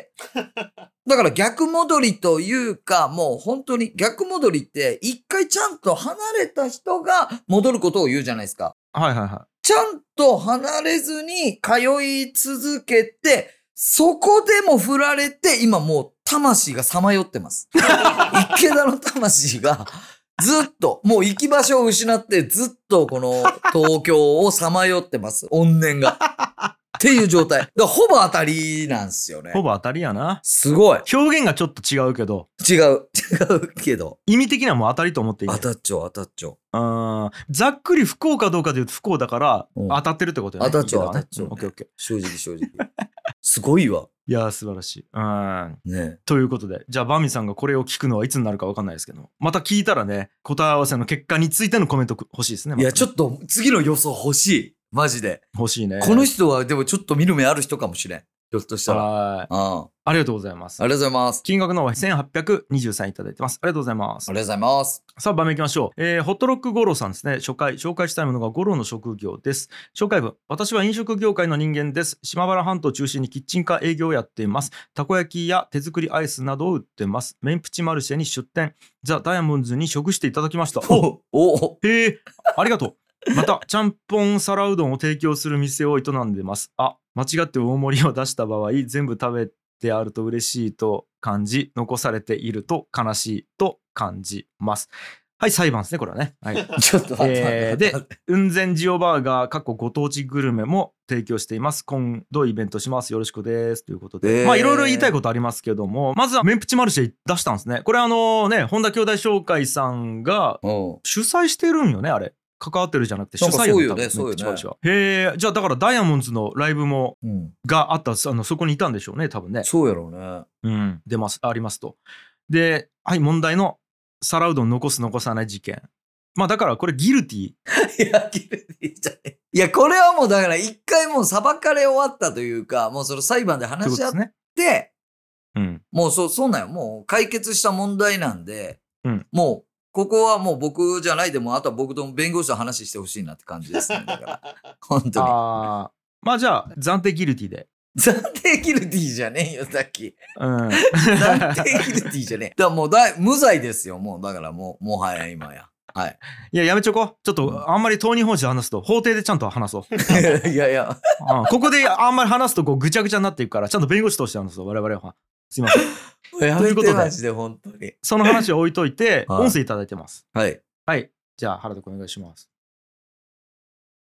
だから逆戻りというか、もう本当に逆戻りって一回ちゃんと離れた人が戻ることを言うじゃないですか。 はいはいはちゃんと離れずに通い続けて、そこでも振られて、今もう魂がさまよってます。池田の魂がずっと、もう行き場所を失ってずっとこの東京をさまよってます。怨念が。っていう状態。だからほぼ当たりなんですよね。 い。ほぼ当たりやな。 すごい。 表現がちょっと違うけど違う。違うけど。 意味的にはもう当たりと思っていい。 当たっちゃう、当たっちゃう。 うんざっくり不幸かどうかで言うと不幸だからうん当たってるってことよね。 当たっちゃう、 池田はね当たっちゃう、 んオッケーオッケー。 正直正直。すごいわ。 いやー素晴らしい。うんね。 ということでじゃあバミさんがこれを聞くのはいつになるか分かんないですけどまた聞いたらね答え合わせの結果についてのコメント欲しいですね。 いや、ちょっっと次の予想欲しい。マジで。 と欲しいね。 この人はでもちょっと見る目ある人かもしれん。ひょっとしたら。 はいあありがとうございますありがとうございます。 金額の方はせんはっぴゃくにじゅうさんいただいてます。ありがとうございますありがとうございます。 さあ場面いきましょう、えーホットロック五郎さんですね。初回紹介したいものが五郎の職業です。紹介文私は飲食業界の人間です。島原半島を中心にキッチンカー営業をやっています。たこ焼きや手作りアイスなどを売ってます。メンプチマルシェに出店ザ・ダイヤモンドに食していただきました。おおおへえありがとう。またちゃんぽん皿うどんを提供する店を営んでます。あ間違って大盛りを出した場合全部食べてあると嬉しいと感じ残されていると悲しいと感じます。はい裁判ですねこれはね。はいちょっと待って、 えー、で雲仙ジオバーガー過去ご当地グルメも提供しています。今度イベントしますよろしくですということで、 えーまあいろいろ言いたいことありますけどもまずはメンプチマルシェ出したんですね。これあのね本田兄弟紹介さんがうん主催してるんよねあれ関わってるじゃなくて主なんか催そうよね多分そうよねメンプチマルシェはへえじゃあだからダイヤモンドのライブもうん。 があったあのそこにいたんでしょうね多分ね。 そうやろうね。 うん出ますありますと。ではい問題の皿うどん残す残さない事件。まあだからこれギルティいや、ギルティじゃねえ。いや、これはもうだから一回もう裁かれ終わったというか、もうその裁判でってこ話し合っとですね。 て、 うんもうそう、そうなんよ。もう解決した問題なんで、 うんもう、ここはもう僕じゃないでも、あとは僕と弁護士と話してほしいなって感じですね。だから、本当に。 あーまあじゃあ暫定ギルティで。 暫定ギルティじゃねえよ、さっき。 うん暫定ギルティじゃねえ。だからもうだい無罪ですよ、もう。だからもう、もはや今や。はい。 いややめちょこちょっとあんまり当人本誌で話すと法廷でちゃんと話そういやいや。 うんここであんまり話すとこうぐちゃぐちゃになっていくからちゃんと弁護士として話そう我々は。すいませんやということでマジで本当に。 その話を置いといてはい音声いただいてます。 はい。 はいじゃあ原田君お願いします。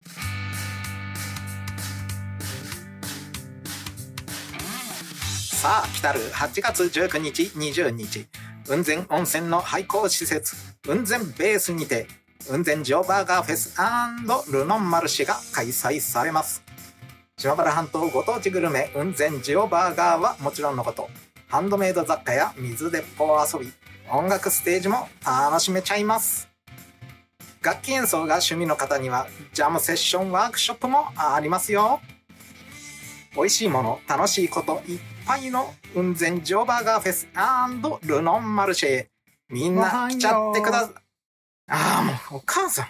さあ来たるはちがつじゅうくにちにじゅうにち、雲仙温泉の廃校施設雲仙ベースにて雲仙ジオバーガーフェス&ルノンマルシェが開催されます。島原半島ご当地グルメ雲仙ジオバーガーはもちろんのこと、ハンドメイド雑貨や水鉄砲遊び、音楽ステージも楽しめちゃいます。楽器演奏が趣味の方にはジャムセッションワークショップもありますよ。美味しいもの楽しいこといっぱいの雲仙ジオバーガーフェス&ルノンマルシェ、みんな来ちゃってください。ああもうお母さん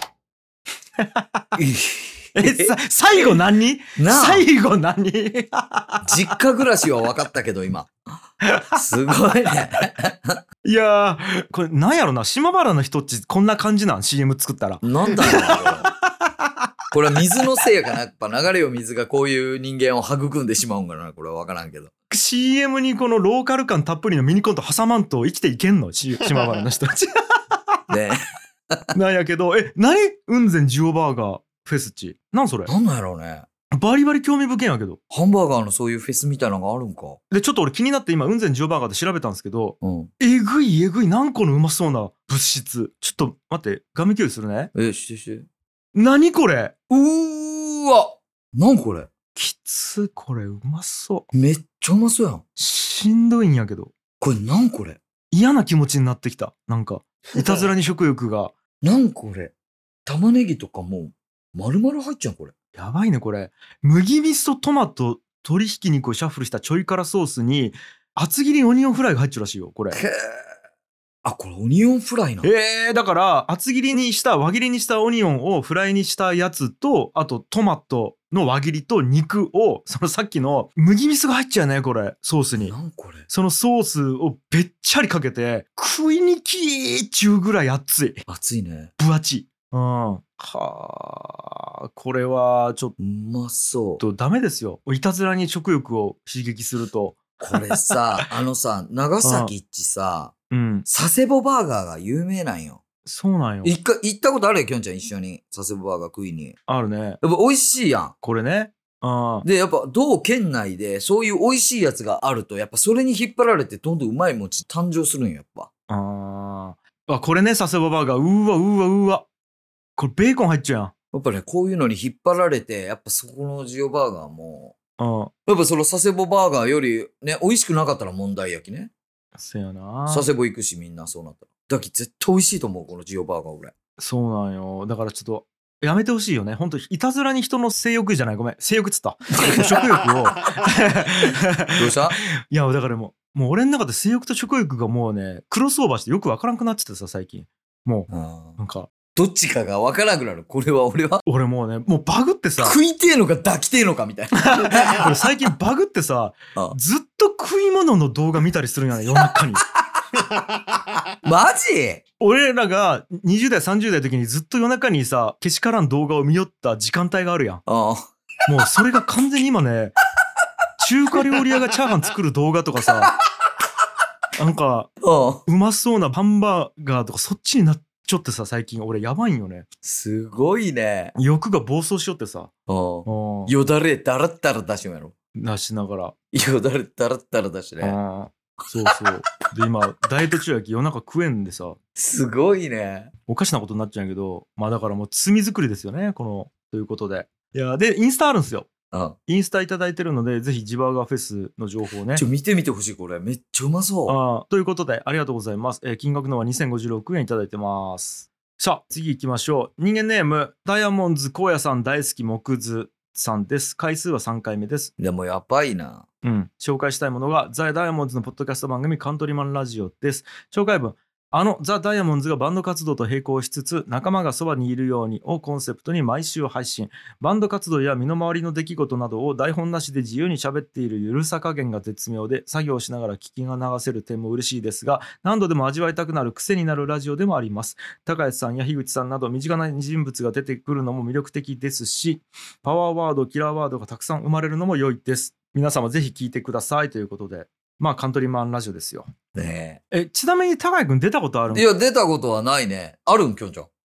えさ最後何なあ最後何実家暮らしは分かったけど今すごいねいやーこれなんやろな、島原の人っちこんな感じなん？ シーエム 作ったらなんだろうなこれは水のせいやかな、やっぱ流れよ水がこういう人間を育んでしまうんかな、これは分からんけどシーエム にこのローカル感たっぷりのミニコント挟まんと生きていけんの？し島原の人たちねなんやけど、え何雲仙ジオバーガーフェスっちなんそれ？ なんなんやろうね。 バリバリ興味深いんやけど。 ハンバーガーのそういうフェスみたいなのがあるんか。 でちょっと俺気になって今雲仙ジオバーガーで調べたんですけど、 うん。 えぐいえぐい何個のうまそうな物質。ちょっと待って画面共有するね。 え、してして。 何これ？ うーわなんこれきつ、これうまそう。 めっちゃうまそうやん。 しんどいんやけど。 これなんこれ嫌な気持ちになってきた。なんかいたずらに食欲がなんこれ玉ねぎとかも丸々入っちゃうこれ。 やばいねこれ。麦味噌トマト鶏ひき肉をシャッフルしたちょい辛ソースに厚切りオニオンフライが入っちゃうらしいよこれ。 へーあ、これオニオンフライな。 えー、だから厚切りにした輪切りにしたオニオンをフライにしたやつと、あとトマトの輪切りと肉をそのさっきの麦味噌が入っちゃうねこれソースに。 なんこれそのソースをべっちゃりかけて食いにきーっちゅうぐらい熱い。 熱いね。 分厚い。うん。はあ、これはちょっうまそう。 とダメですよ。いたずらに食欲を刺激すると。 これさ、あのさ、長崎っちさ、 うん。 佐世保バーガーが有名なんよ。 そうなんよ。 一回行ったことあるよ、きょんちゃん一緒に佐世保バーガー食いに。 あるね。 やっぱ美味しいやん。 これね。あで、やっぱ同県内でそういう美味しいやつがあると、やっぱそれに引っ張られてどんどんうまい餅誕生するんよ、やっぱ。 あーあ、これね、佐世保バーガー。うわうわうわ。これベーコン入っちゃうやん。 やっぱね、こういうのに引っ張られて、やっぱそこのジオバーガーも、 うん。 やっぱその佐世保バーガーよりね、美味しくなかったら問題やきね。 せやな。 佐世保行くしみんなそうなったら。だき絶対美味しいと思う、このジオバーガー俺。 そうなんよ。だからちょっと、やめてほしいよね。ほんと、いたずらに人の性欲じゃない。ごめん。性欲っつった。食欲を。 どうしたいや、だからもう、もう俺の中で性欲と食欲がもうね、クロスオーバーしてよくわからんくなっちゃってさ、最近。もう、なんか。 どっちかがわからなくなる。これは俺は。 俺もうね、もうバグってさ。 食いてえのか抱きてえのかみたいな。 俺最近バグってさ、ずっと食い物の動画見たりするんやね、夜中に。 マジ？ 俺らがにじゅう代さんじゅう代の時にずっと夜中にさけしからん動画を見よった時間帯があるやん。もうそれが完全に今ね中華料理屋がチャーハン作る動画とかさなんかうまそうなハンバーガーとかそっちになっちょってさ最近俺やばいんよね。 すごいね。 欲が暴走しよってさよだれだらったら出しよやろ。 出しながらよだれだらったら出しね。 そうそうで今ダイエット中やき夜中食えんでさすごいね。 おかしなことになっちゃうんやけどまあだからもう罪作りですよねこのということで。いやでインスタあるんですよ。 あインスタいただいてるのでぜひジバーガーフェスの情報ねちょ見てみてほしい。これめっちゃうまそう。 あということでありがとうございます、えー、金額のはにせんごじゅうろくえんいただいてます。さあ次行きましょう。人間ネームダイヤモンズ荒野さん大好き木図さんです。回数はさんかいめです。 でもやばいな。 うん、紹介したいものがザ・ダイヤモンズのポッドキャスト番組カントリーマンラジオです。紹介文あのザ・ダイヤモンズがバンド活動と並行しつつ仲間がそばにいるようにをコンセプトに毎週配信。バンド活動や身の回りの出来事などを台本なしで自由に喋っているゆるさ加減が絶妙で作業しながら聞きが流せる点も嬉しいですが何度でも味わいたくなる癖になるラジオでもあります。高橋さんや樋口さんなど身近な人物が出てくるのも魅力的ですしパワーワードキラーワードがたくさん生まれるのも良いです。皆様ぜひ聞いてくださいということでまあカントリーマンラジオですよ。 ねえちなみに高井くん出たことあるん？ いや出たことはないね。あるんきょんちゃん。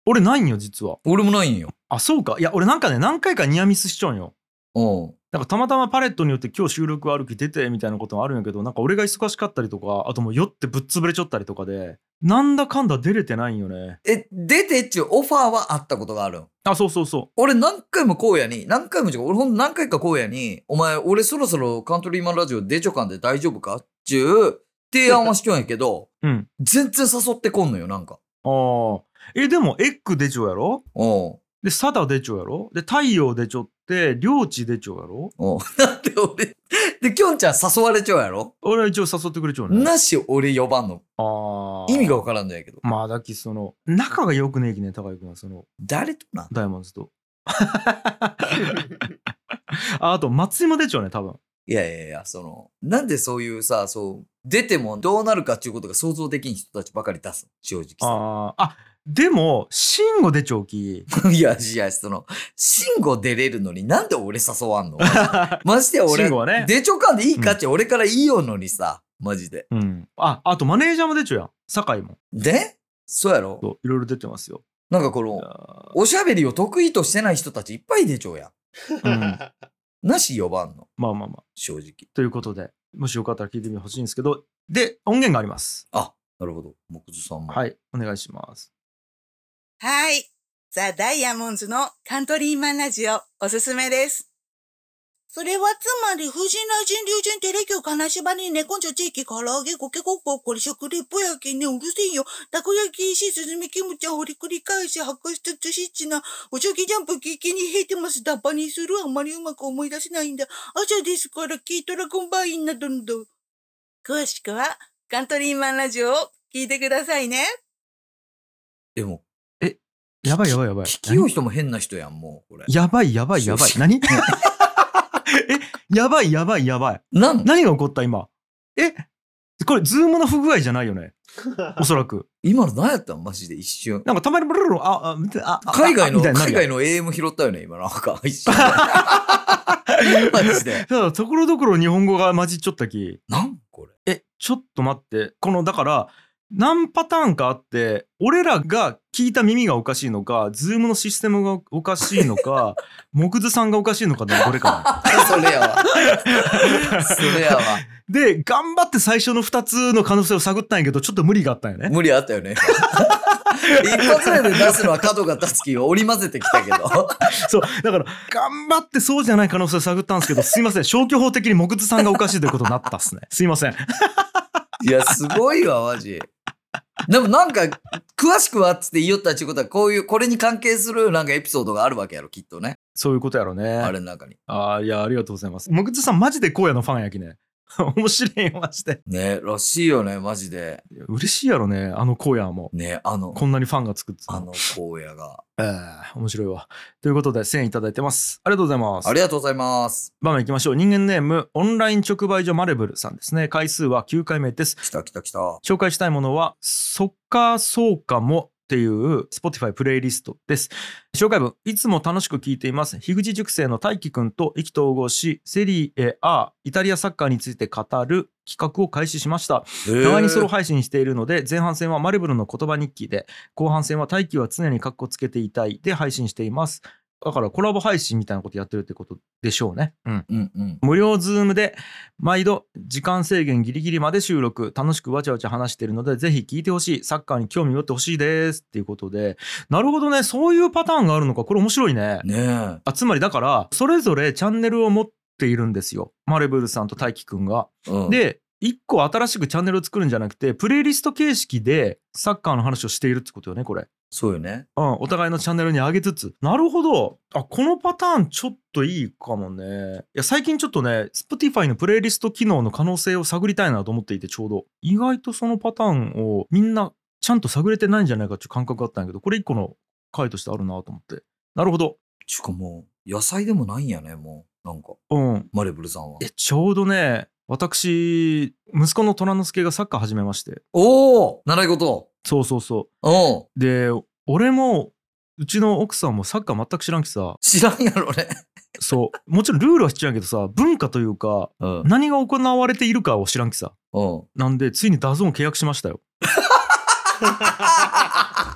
俺ないんよ実は。 俺もないんよ。 あ、そうか。いや俺なんかね何回かニアミスしちゃうんよ。 うん。 なんかたまたまパレットによって今日収録ある日出てみたいなこともあるんやけど、なんか俺が忙しかったりとか、あともう酔ってぶっ潰れちゃったりとかでなんだかんだ出れてないんよね。 え、出てっちゅうオファーはあったことがあるん？ あ、そうそうそう。 俺何回も荒野に、何回も違う、俺ほんと何回か荒野に、お前俺そろそろカントリーマンラジオ出ちょかんで大丈夫かっちゅう提案はしちょんやけど、 うん。 全然誘ってこんのよ、なんか。 ああ。え、でもエッグ出ちょうやろ？ おう。 で、サダ出ちょうやろ？で、太陽出ちょって、領地出ちょうやろ？ おう。なんで俺、で、きょんちゃん誘われちゃうやろ？ 俺は一応誘ってくれちゃうね。 なし俺呼ばんの。 ああ。 意味がわからんのやけど。 まあ、だきその、仲が良くねえきね、高井君はその、 誰とな？ ダイヤモンドズと。あ、あと、松井も出ちゃうね、多分。 いやいやいや、その、なんでそういうさ、そう、出てもどうなるかっていうことが想像できん人たちばかり出すの、正直さ。 ああ。あ、でも、シンゴ出ちゃうき。 いや、いや、その、シンゴ出れるのになんで俺誘わんの？マジで俺、 シンゴはね。 出ちょかんでいいかって俺から言いようのにさ、マジで。 うん。あ、あとマネージャーも出ちゃうやん。酒井も。 でそうやろ？ そう、いろいろ出てますよ。 なんかこの、おしゃべりを得意としてない人たちいっぱい出ちゃうやん。 うん。 なし呼ばんの。 まあまあまあ。 正直。 ということで、もしよかったら聞いてみてほしいんですけど、で、音源があります。 あ、なるほど。木津さんも。 はい、お願いします。 はい。ザ・ダイヤモンズのカントリーマンラジオおすすめです。それはつまり、藤名人流人テレキュー金縛り猫んじょ地域唐揚げごけごっここれ食レポやけんねうるせえよ。たこ焼き石すずめキムちゃん掘り繰り返し白質つしっちなおちょきジャンプ聞きに引いてますダッパにするあんまりうまく思い出せないんだ。朝ですからキートラコンバインなどなど。詳しくはカントリーマンラジオを聞いてくださいね。 でも、 え、やばいやばいやばい。 聞きよう人も変な人やん、もう、これ。 やばいやばいやばい。何え、やばいやばいやばい。 なん何が起こった今。え、これズームの不具合じゃないよね。おそらく。 今の何やったんマジで一瞬。 なんかたまにブルルル、あ、あ、みたいな、あ、 海外の、 海海外の エーエム 拾ったよね、今なんか。一瞬。マジで。 ただ、ところどころ日本語が混じっちゃったき。 なんこれ。 え、ちょっと待って。この、だから、何パターンかあって、俺らが聞いた耳がおかしいのか、ズームのシステムがおかしいのか、木津さんがおかしいのかのどれかな。それやわ。それやわ。 で、頑張って最初のふたつの可能性を探ったんやけど、ちょっと無理があったんよね。 無理あったよね。一発目で出すのは角が立つきを織り交ぜてきたけど。 そう。だから、頑張ってそうじゃない可能性を探ったんですけど、すいません。消去法的に木津さんがおかしいということになったっすね。すいません。 いや、すごいわ、マジ。でもなんか、詳しくはっつって言いよったっていうことは、こういう、これに関係するなんかエピソードがあるわけやろ、きっとね。 そういうことやろね。 あれの中に。 ああ、いや、ありがとうございます。木津さん、マジで荒野のファンやきね。面白いよ、マジで。 ね、らしいよね、マジで。 嬉しいやろね、あの荒野も。 ね、あの、 こんなにファンがつくって。 あの荒野が。 ええー、面白いわ。ということで、せんえんいただいてます。ありがとうございます。 ありがとうございます。 場面いきましょう。人間ネーム、オンライン直売所マレブルさんですね。回数はきゅうかいめです。 来た来た来た。 紹介したいものは、そっかそうかも。っていう Spotify プレイリストです。紹介文、いつも楽しく聞いています。樋口塾生の大輝くんと意気投合し、セリエ A、イタリアサッカーについて語る企画を開始しました。互いにソロ配信しているので、前半戦はマレブルの言葉日記で、後半戦は大輝は常にカッコつけていたいで配信しています。だからコラボ配信みたいなことやってるってことでしょうね。うんうんうん、 無料ズームで毎度時間制限ギリギリまで収録、楽しくわちゃわちゃ話しているのでぜひ聞いてほしい、サッカーに興味持ってほしいですっていうことで、なるほどね、そういうパターンがあるのか。これ面白いね。 ねえ。 あ、つまりだからそれぞれチャンネルを持っているんですよ、マレブルさんと大輝くんが、うん、でいっこ新しくチャンネルを作るんじゃなくて、プレイリスト形式でサッカーの話をしているってことよね、これ。 そうよね。 うん、お互いのチャンネルに上げつつ。なるほど。あ、このパターンちょっといいかもね。いや、最近ちょっとね、Spotify のプレイリスト機能の可能性を探りたいなと思っていて、ちょうど。意外とそのパターンをみんなちゃんと探れてないんじゃないかっていう感覚があったんやけど、これ一個の回としてあるなと思って。なるほど。 しかも、野菜でもないんやね、もう。なんか。 うん。 マレブルさんは。 え、ちょうどね、私、息子の虎之助がサッカー始めまして。 おお、習い事。 そうそうそう。 おで、俺も、うちの奥さんもサッカー全く知らんきさ。 知らんやろね。 そう。もちろんルールは知っちゃうけどさ、文化というか、うん、何が行われているかを知らんきさ。 うん、 なんで、ついにダゾーン契約しましたよ。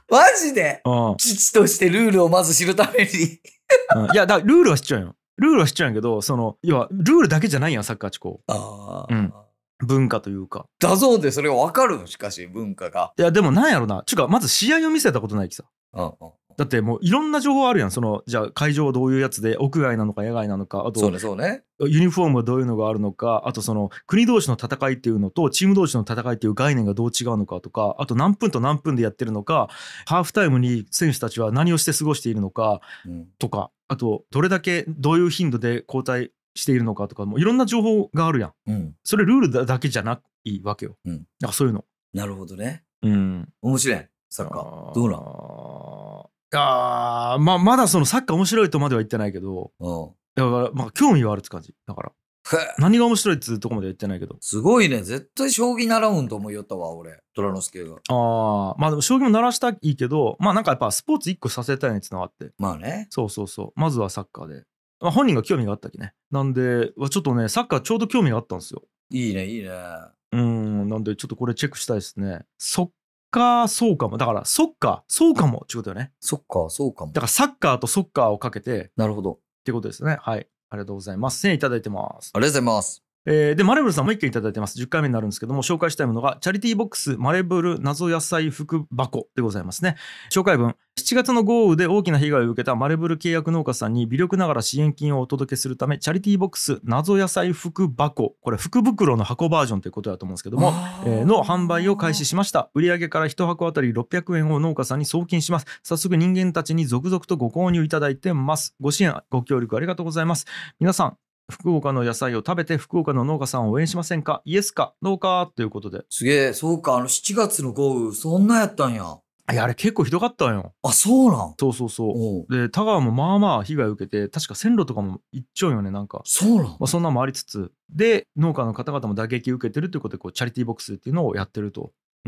マジで、 うん、 父としてルールをまず知るために、 うん、いやだからルールは知っちゃうよ。ルールは知っちゃうんやけど、その要はルールだけじゃないやんサッカーチコ。 あ、 うん、文化というか。 ダゾーンでそれが分かるのしかし文化が。 いやでもなんやろな、ちゅうかまず試合を見せたことないきさ。 うんうん、 だってもういろんな情報あるやん。そのじゃあ会場はどういうやつで、屋外なのか野外なのか、あとそうねそうね、 ユニフォームはどういうのがあるのか、あとその国同士の戦いっていうのとチーム同士の戦いっていう概念がどう違うのかとか、あと何分と何分でやってるのか、ハーフタイムに選手たちは何をして過ごしているのかとか、あとどれだけどういう頻度で交代しているのかとか、もういろんな情報があるやん、うん、それルールだけじゃないわけよ、うん、だからそういうの。 なるほどね、 うん、 面白いサッカーどうなん？ あー、まあ、まだそのサッカー面白いとまでは言ってないけど、だからまあ興味はあるって感じだから。何が面白いってとこまでは言ってないけど。 すごいね、絶対将棋習うんと思いよったわ俺、虎之助が。 ああ、まあでも将棋も習したらいいけど、まあなんかやっぱスポーツ一個させたいやつのがあって。 まあね、 そうそうそう、まずはサッカーで、まあ、本人が興味があったきね。なんでちょっとねサッカーちょうど興味があったんですよ。 いいねいいね。 うん、なんでちょっとこれチェックしたいですね。そっか、そうかも。だからそっかそうかもってことよね。 そっかそうかも。 だからサッカーとソッカーをかけて。 なるほどってことですね。はい、ありがとうございます。せんえんいただいてます。 ありがとうございます。 えー、でマレブルさんもう一件いただいてます。じゅっかいめになるんですけども、紹介したいものがチャリティーボックスマレブル謎野菜福箱でございますね。紹介文、しちがつの豪雨で大きな被害を受けたマレブル契約農家さんに微力ながら支援金をお届けするため、チャリティーボックス謎野菜福箱、これ福袋の箱バージョンということだと思うんですけども、えー、の販売を開始しました。売上からいち箱あたりろっぴゃくえんを農家さんに送金します。早速人間たちに続々とご購入いただいてます。ご支援ご協力ありがとうございます。皆さん福岡の野菜を食べて福岡の農家さんを応援しませんか？イエスかノーかということで。 すげえ、そうか、あのしちがつの豪雨そんなやったんや。 いやあれ結構ひどかったんよ。 あ、そうなん。 そうそうそう。で田川もまあまあ被害を受けて、確か線路とかも行っちゃうよねなんか。 そうなん、 まあ、そんなもありつつで農家の方々も打撃を受けてるということで、こうチャリティーボックスっていうのをやってると、うん、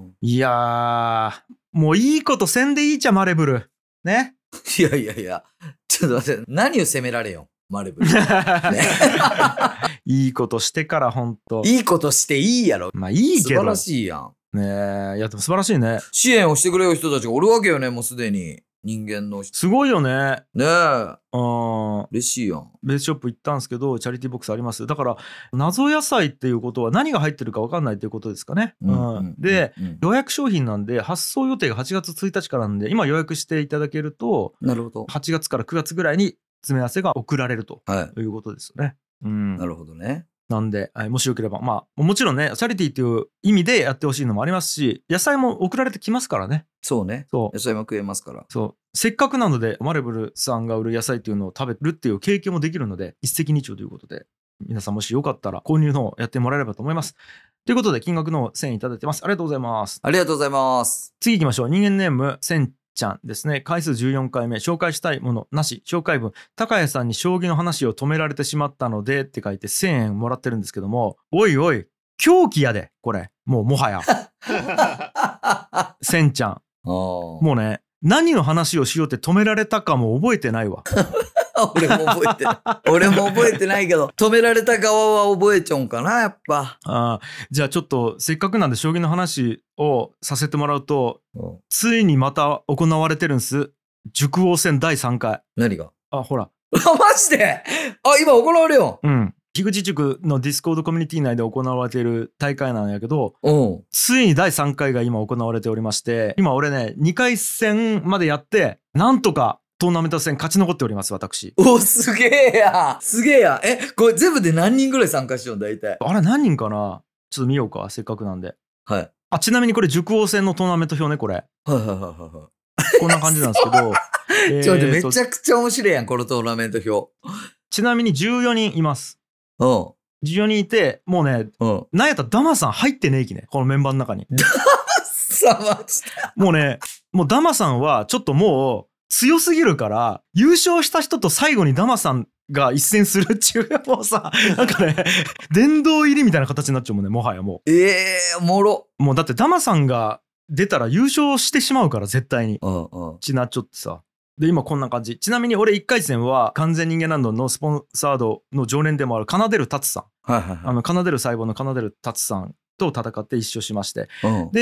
いやーもういいことせんでいいちゃマレブルね。 いやいやいや、ちょっと待って、何を責められよマレブル、ね、 いいことしてからほんといいことしていいやろ。 まあいいけど素晴らしいやんねえ。いやでも素晴らしいね。 支援をしてくれる人たちがおるわけよね、もうすでに。人間の人すごいよね。 ねえ、 あ嬉しいやん。 ベースショップ行ったんですけどチャリティーボックスあります。だから謎野菜っていうことは何が入ってるか分かんないっていうことですかね、うんうん、で、うん、予約商品なんで発送予定がはちがつついたちからなんで、今予約していただけると、なるほど、はちがつからくがつぐらいに詰め合わせが送られるということですよね、はい、うん、なるほどね。なんで、はい、もしよければ、まあもちろんねチャリティーっていう意味でやってほしいのもありますし、野菜も送られてきますからね。そうね、そう野菜も食えますから。そうせっかくなのでマレブルさんが売る野菜っていうのを食べるっていう経験もできるので、一石二鳥ということで、皆さんもしよかったら購入のをやってもらえればと思います。ということで金額のせんえんいただいてます。ありがとうございます。 ありがとうございます。 次行きましょう。人間ネームせんちゃんですね。回数じゅうよんかいめ、紹介したいものなし。紹介文、高谷さんに将棋の話を止められてしまったのでって書いてせんえんもらってるんですけども、おいおい狂気やでこれ、もうもはやせんちゃんもうね、何の話をしようって止められたかも覚えてないわ俺も覚えてない俺も覚えてないけど、止められた側は覚えちゃうんかなやっぱ。 あ、じゃあちょっとせっかくなんで将棋の話をさせてもらうと、うん、ついにまた行われてるんです。塾王戦だいさんかい。 何が？ あ、ほらマジで？あ、今行われよ。 うん、樋口塾のディスコードコミュニティ内で行われている大会なんやけど、うん、ついにだいさんかいが今行われておりまして、今俺ねにかい戦までやってなんとかトーナメント戦勝ち残っております。私。 お、すげえやすげえや。え、これ全部で何人ぐらい参加しよう大体。 あれ何人かな、ちょっと見ようか、せっかくなんで。 はい。 あ、ちなみにこれ塾王戦のトーナメント表ね、これ。 はいはいはいはい。 こんな感じなんですけどえー、ちょっとめちゃくちゃ面白いやんこのトーナメント表。ちなみにじゅうよにんいます。 うん。 じゅうよにんいて、もうね、うん、なんやったらダマさん入ってねえきね、このメンバーの中に。 ダマさんマジで。 もうね、もうダマさんはちょっともう強すぎるから、優勝した人と最後にダマさんが一戦するっちゅう、もうさ、なんかね殿堂入りみたいな形になっちゃうもんね、もはやもう。 ええー、おもろ。 もうだってダマさんが出たら優勝してしまうから絶対に、うんうん、ちなっちょってさ。で今こんな感じ。ちなみに俺いっかい戦は完全人間ランドのスポンサードの常連でもあるカナデルタツさん、はいはいはい、あのカナデル細胞のカナデルタツさんと戦って一勝しまして、うん、で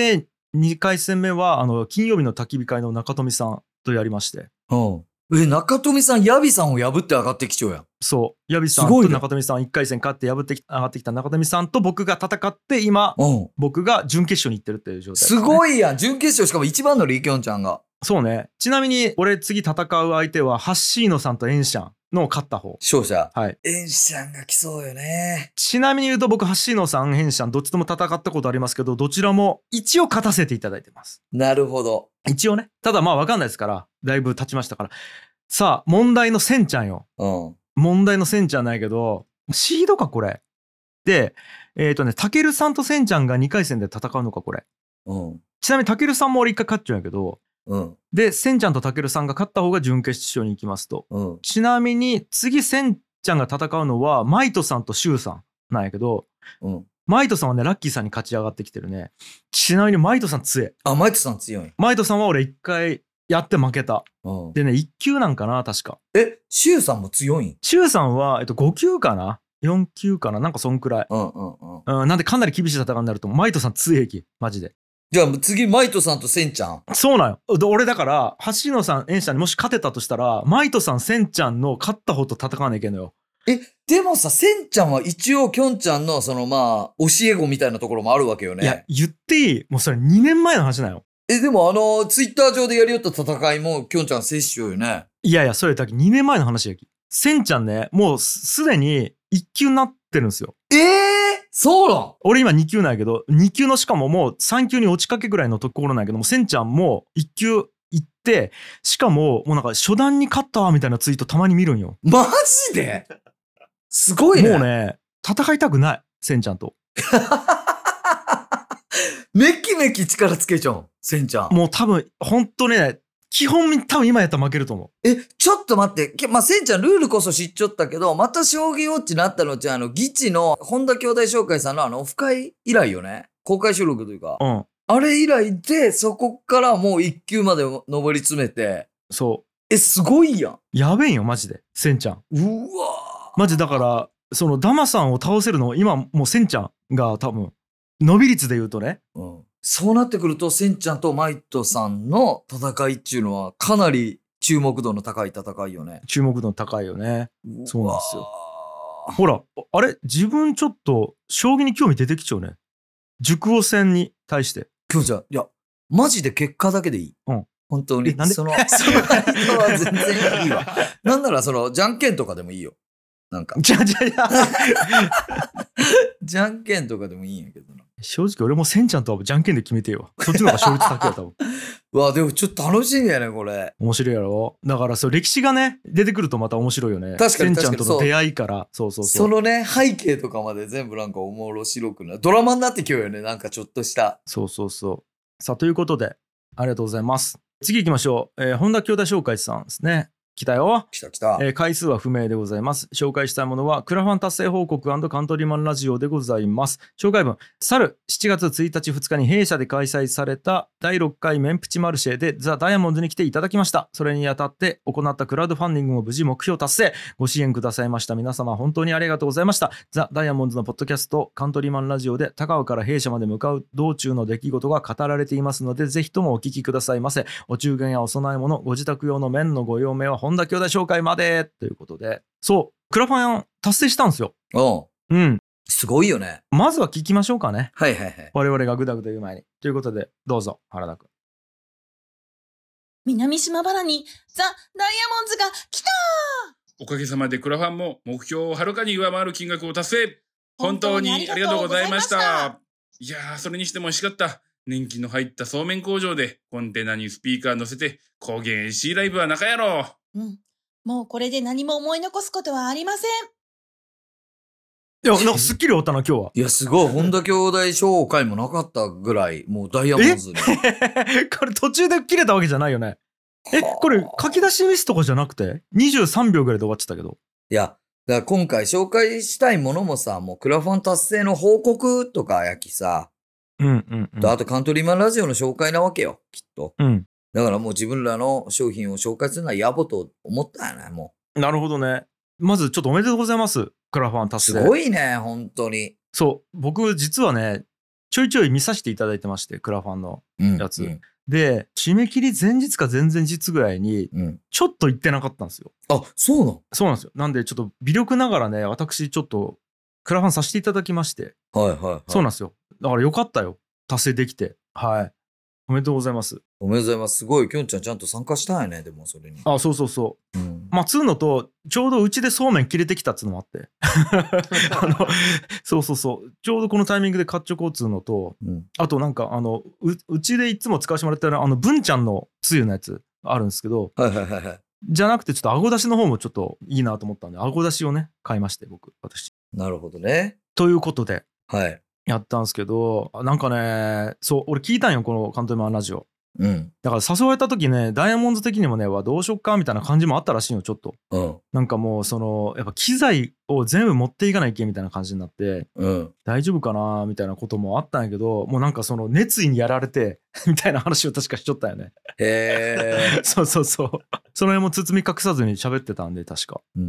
にかい戦目はあの金曜日の焚き火会の中富さんとやりまして。 うんえ、中富さん、ヤビさんを破って上がってきちゃうやん。 そう。ヤビさんと中富さんいっかい戦勝って破ってき上がってきた中富さんと僕が戦って今、うん、僕が準決勝に行ってるっていう状態、ね。 すごいやん。準決勝しかも一番のリーキョンちゃんが。 そうね。ちなみに俺次戦う相手はハッシーノさんとエンシャンの勝った方。 勝者。 はい。 エンシャンが来そうよね。 ちなみに言うと僕ハッシーノさん、エンシャンどっちとも戦ったことありますけど、どちらも一応勝たせていただいてます。 なるほど。 一応ね。ただまあ分かんないですから、だいぶ経ちましたから。さあ問題のセンちゃんよ、うん、問題のセンちゃんないけどシードかこれでえっ、ー、とねたけるさんとセンちゃんがにかい戦で戦うのかこれ、うん、ちなみにたけるさんも俺いっかい勝っちゃうんやけど、うん、でセンちゃんとたけるさんが勝った方が準決勝に行きますと、うん、ちなみに次センちゃんが戦うのはマイトさんとシュウさんなんやけど、うん、マイトさんはねラッキーさんに勝ち上がってきてるね。ちなみにマイトさん強い。 あマイトさん強い。 マイトさんは俺いっかいやって負けた、うん、でねいっ級なんかな確か。 えシュウさんも強いん？ シュウさんは、えっと、ご級かなよん級かななんかそんくらい、うんうんうんうん、なんでかなり厳しい戦いになると思う。マイトさん強いきマジで。 じゃあ次マイトさんとセンちゃん。 そうなんよ。俺だから橋野さんエンシャンにもし勝てたとしたらマイトさんセンちゃんの勝った方と戦わなきゃいけんのよ。 えでもさセンちゃんは一応キョンちゃんのそのまあ教え子みたいなところもあるわけよね。 いや言っていいもうそれにねんまえの話なんよ。 え、でもあの、ツイッター上でやりよった戦いも、きょんちゃん接しようよね。 いやいや、それだけにねんまえの話やき。センちゃんね、もうすでにいっ級になってるんですよ。 えー、そうなん？ 俺今に級なんやけど、に級のしかももうさん級に落ちかけぐらいのところなんやけども、センちゃんもいっ級行って、しかも、もうなんか初段に勝ったわみたいなツイートたまに見るんよ。 マジで？すごいね。 もうね、戦いたくない、センちゃんと。 めきめき力つけちゃうセンちゃん。 もう多分ほんとね基本多分今やったら負けると思う。 えちょっと待ってまあセンちゃんルールこそ知っちゃったけどまた将棋ウォッチになったのじゃあの議地の本田兄弟紹介さんのあのオフ会以来よね。公開収録というか、うん、あれ以来でそこからもういっ級まで上り詰めて。 そうえすごいやん。 やべえよマジでセンちゃん。 うわマジだからそのダマさんを倒せるのは今もうセンちゃんが多分伸び率で言うとね、 うん、そうなってくるとセンちゃんとマイトさんの戦いっていうのはかなり注目度の高い戦いよね。 注目度の高いよね。そうなんですよ。ほらあれ自分ちょっと将棋に興味出てきちゃうね。熟王戦に対して。 今日じゃいやマジで結果だけでいい。うん本当に。 なんでそのその人は全然いいわ。なんならそのじゃんけんとかでもいいよ。なんかじゃじゃじゃじゃんけんとかでもいいんやけどな。 正直俺もセンちゃんとはじゃんけんで決めてよ。そっちの方が勝率高いよ多分。 うわでもちょっと楽しいんだよねこれ。 面白いやろ。だからそう歴史がね出てくるとまた面白いよね。 確かに確かに。 センちゃんとの出会いからそうそうそう。 そのね背景とかまで全部なんかおもろ白くなドラマになってきようよね。なんかちょっとした。 そうそうそう。さあということでありがとうございます。次行きましょう。えー、本田兄弟紹介さんですね。来たよ。 来た来た、 えー、回数は不明でございます。紹介したいものはクラファン達成報告&カントリーマンラジオでございます。紹介文、去るしちがつついたちふつかに弊社で開催されただいろっかいメンプチマルシェでザ・ダイヤモンドに来ていただきました。それにあたって行ったクラウドファンディングも無事目標達成。ご支援くださいました皆様本当にありがとうございました。ザ・ダイヤモンドのポッドキャストカントリーマンラジオで高尾から弊社まで向かう道中の出来事が語られていますのでぜひともお聞きくださいませ。お中元やお供え物ご自宅用の麺のご用命は本田兄弟紹介までということで、そうクラファン達成したんですよ。 おう、 うん、 すごいよね。 まずは聞きましょうかね。 はいはいはい。 我々がグダグダ言う前にということでどうぞ原田くん。 南島原にザ・ダイヤモンズが来たー。おかげさまでクラファンも目標をはるかに上回る金額を達成。本当にありがとうございました。いやーそれにしても美味しかった。年季の入ったそうめん工場でコンテナにスピーカー乗せて高原 エーシー ライブは中やろう。 うんもうこれで何も思い残すことはありません。 いや、なんかすっきり終わったな、今日は。 いや、すごい。本田兄弟紹介もなかったぐらい、もうダイヤモンドに。 これ途中で切れたわけじゃないよね。え、これ書き出しミスとかじゃなくてにじゅうさんびょうぐらいで終わっちゃったけど。 いや、だから今回紹介したいものもさ、もうクラファン達成の報告とかやきさ。 うんうんうん。 あとカントリーマンラジオの紹介なわけよ、きっと。 うん。 だからもう自分らの商品を紹介するのは野暮と思ったよね、もう。なるほどね。まずちょっとおめでとうございます。クラファン達成。 すごいね、本当に。 そう。僕実はね、 ちょいちょい見させていただいてまして、クラファンのやつ、 うんうん、 で締め切り前日か前々日ぐらいにちょっと行ってなかったんですよ、 うん、あ、そうなの？ そうなんですよ。なんでちょっと微力ながらね、私ちょっとクラファンさせていただきまして、 はいはいはい、 そうなんですよ。だからよかったよ、達成できて。はい、おめでとうございます。 おめでとうございます。すごい、きょんちゃんちゃんと参加したんやね。でもそれに。 あ、そうそうそう、うん、まあつうのと、ちょうどうちでそうめん切れてきたっつうのもあってあのそうそうそう、ちょうどこのタイミングでカッチョコっつうのと、うん、あとなんかあの う, うちでいつも使わせてもらってるあの文ちゃんのつゆのやつあるんですけど、 はいはいはいはい、 じゃなくてちょっとあごだしの方もちょっといいなと思ったんで、あごだしをね買いまして、僕私。 なるほどね。 ということで、 はい、 やったんですけど、なんかね、そう俺聞いたんよ、このカントリーマンラジオ。うん、だから誘われた時ね、ダイヤモンド的にもね、はどうしよっかみたいな感じもあったらしいよ、ちょっと、うん、なんかもうそのやっぱ機材を全部持っていかないけみたいな感じになって、うん、大丈夫かなみたいなこともあったんやけど、もうなんかその熱意にやられてみたいな話を確かしちゃったよね。 へーそうそうそう、その辺も包み隠さずに喋ってたんで確か、うんうん、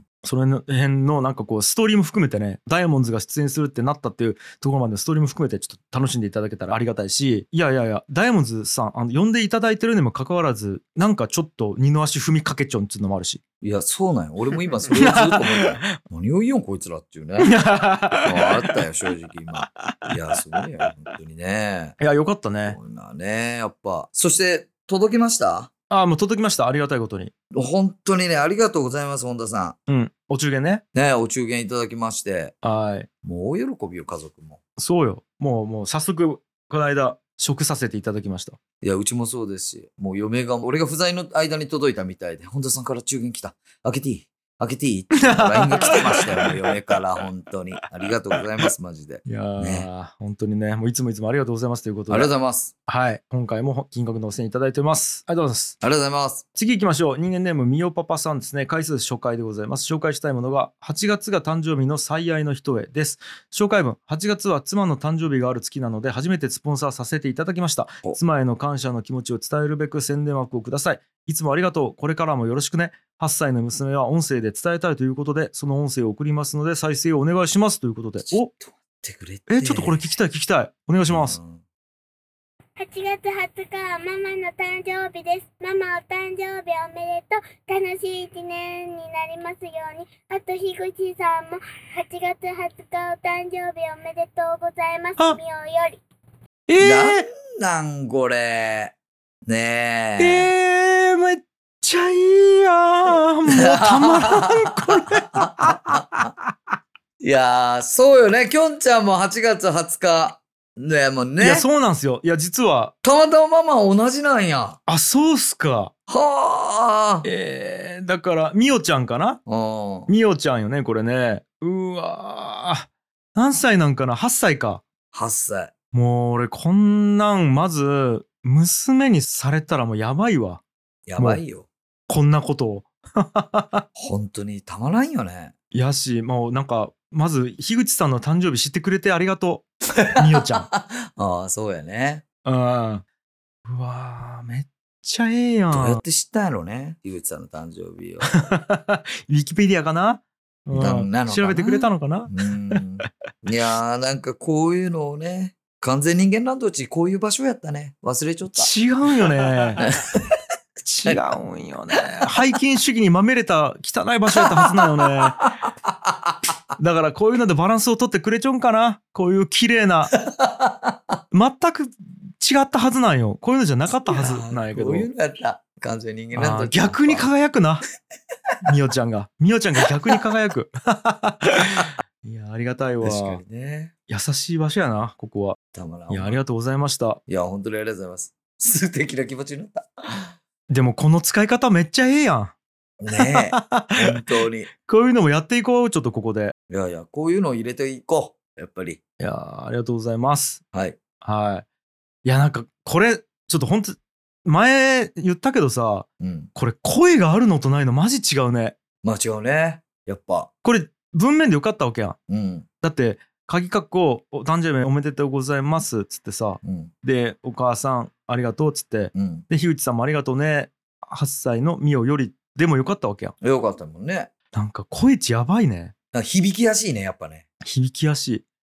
その辺のなんかこうストーリーも含めてね、ダイヤモンズが出演するってなったっていうところまでのストーリーも含めてちょっと楽しんでいただけたらありがたいし、いやいやいや、ダイヤモンズさんあの呼んでいただいてるにもかかわらず、なんかちょっと二の足踏みかけちょんっていうのもあるし。 いや、そうなんよ。俺も今それをずっと思った何を言うんこいつらっていうねあったよ、正直今。いや、すごいよ、本当にね。 いや、よかったね。 こんなね、やっぱ。そして届きました？ ああ、もう届きました。ありがたいことに。 本当にね、ありがとうございます、本田さん。うん。お中元ね。 ね、お中元いただきまして。 はい。 もう大喜びよ、家族も。 そうよ。もう、もう早速、この間、食させていただきました。 いや、うちもそうですし、もう嫁が、俺が不在の間に届いたみたいで、本田さんから中元来た。開けていい？開けていいって ライン が来てましたよ、もう嫁から本当に。ありがとうございます、マジで。 いやー、ね、本当にね、もういつもいつもありがとうございますということで。 ありがとうございます。 はい。今回も金額のおせんいただいております。ありがとうございます。 ありがとうございます。 次行きましょう。人間ネームみよパパさんですね。回数初回でございます。紹介したいものが、はちがつが誕生日の最愛の人へです。紹介文、はちがつは妻の誕生日がある月なので、初めてスポンサーさせていただきました。妻への感謝の気持ちを伝えるべく宣伝枠をください。いつもありがとう。これからもよろしくね。はっさいの娘は音声で伝えたいということで、その音声を送りますので再生をお願いしますということで。 ちょっと待ってくれて。 え、ちょっとこれ聞きたい聞きたい。お願いします。はちがつはつかはママの誕生日です。ママお誕生日おめでとう。楽しい一年になりますように。あと樋口さんもはちがつはつかお誕生日おめでとうございます。みおより。 えー、なんなんこれ。ねえ。 えー、めっちゃいいやー。もうたまらんこれ。 いやー、そうよね。きょんちゃんもはちがつはつか。ねえ、もうね。 いや、そうなんですよ。いや、実は。 たまたまママ同じなんや。 あ、そうっすか。 はあ。 えー、だから、みおちゃんかな？みおちゃんよね、これね。うわー。何歳なんかな？ はっ 歳か。 はっさい。 もう俺、こんなん、まず、娘にされたらもうやばいわ。 やばいよ。 こんなことを。 本当にたまらんよね。 やし、もうなんか、まず、樋口さんの誕生日知ってくれてありがとう。みおちゃん。 ああ、そうやね。 うん。うわー、めっちゃええやん。 どうやって知ったんやろね、樋口さんの誕生日を。 ウィキペディアかな？うん、なのかな？調べてくれたのかな？ うんいやー、なんかこういうのをね、完全人間ランド地こういう場所やったね。忘れちゃった。 違うんよね。違うんよね。背筋主義にまみれた汚い場所やったはずなのね。だからこういうのでバランスを取ってくれちょんかな。こういう綺麗な。全く違ったはずなんよ。こういうのじゃなかったはずなんやけど。 こういうのやった。完全人間ランド地。 逆に輝くな。みおちゃんが。みおちゃんが逆に輝く。いや、ありがたいわ。 確かにね。 優しい場所やな、ここは。 たまらん。 いや、ありがとうございました。 いや、本当にありがとうございます。素敵な気持ちになった。 でも、この使い方めっちゃええやん。 ねえ。本当に。 こういうのもやっていこう、ちょっとここで。 いやいや、こういうのを入れていこう。やっぱり。いや、ありがとうございます。 はい。 はい。いや、なんか、これ、ちょっと本当前言ったけどさ、うん、これ声があるのとないのマジ違うね。 まあ違うね。やっぱ。 これ、文面でよかったわけやん。 うん、 だって鍵括弧お誕生日おめでとうございますっつってさ、うん、でお母さんありがとうっつって、うん、で樋口さんもありがとうねはっさいのみおよりでもよかったわけやん。 よかったもんね。 なんか声値やばいね。 響きやしいね、やっぱね。 響きやしい。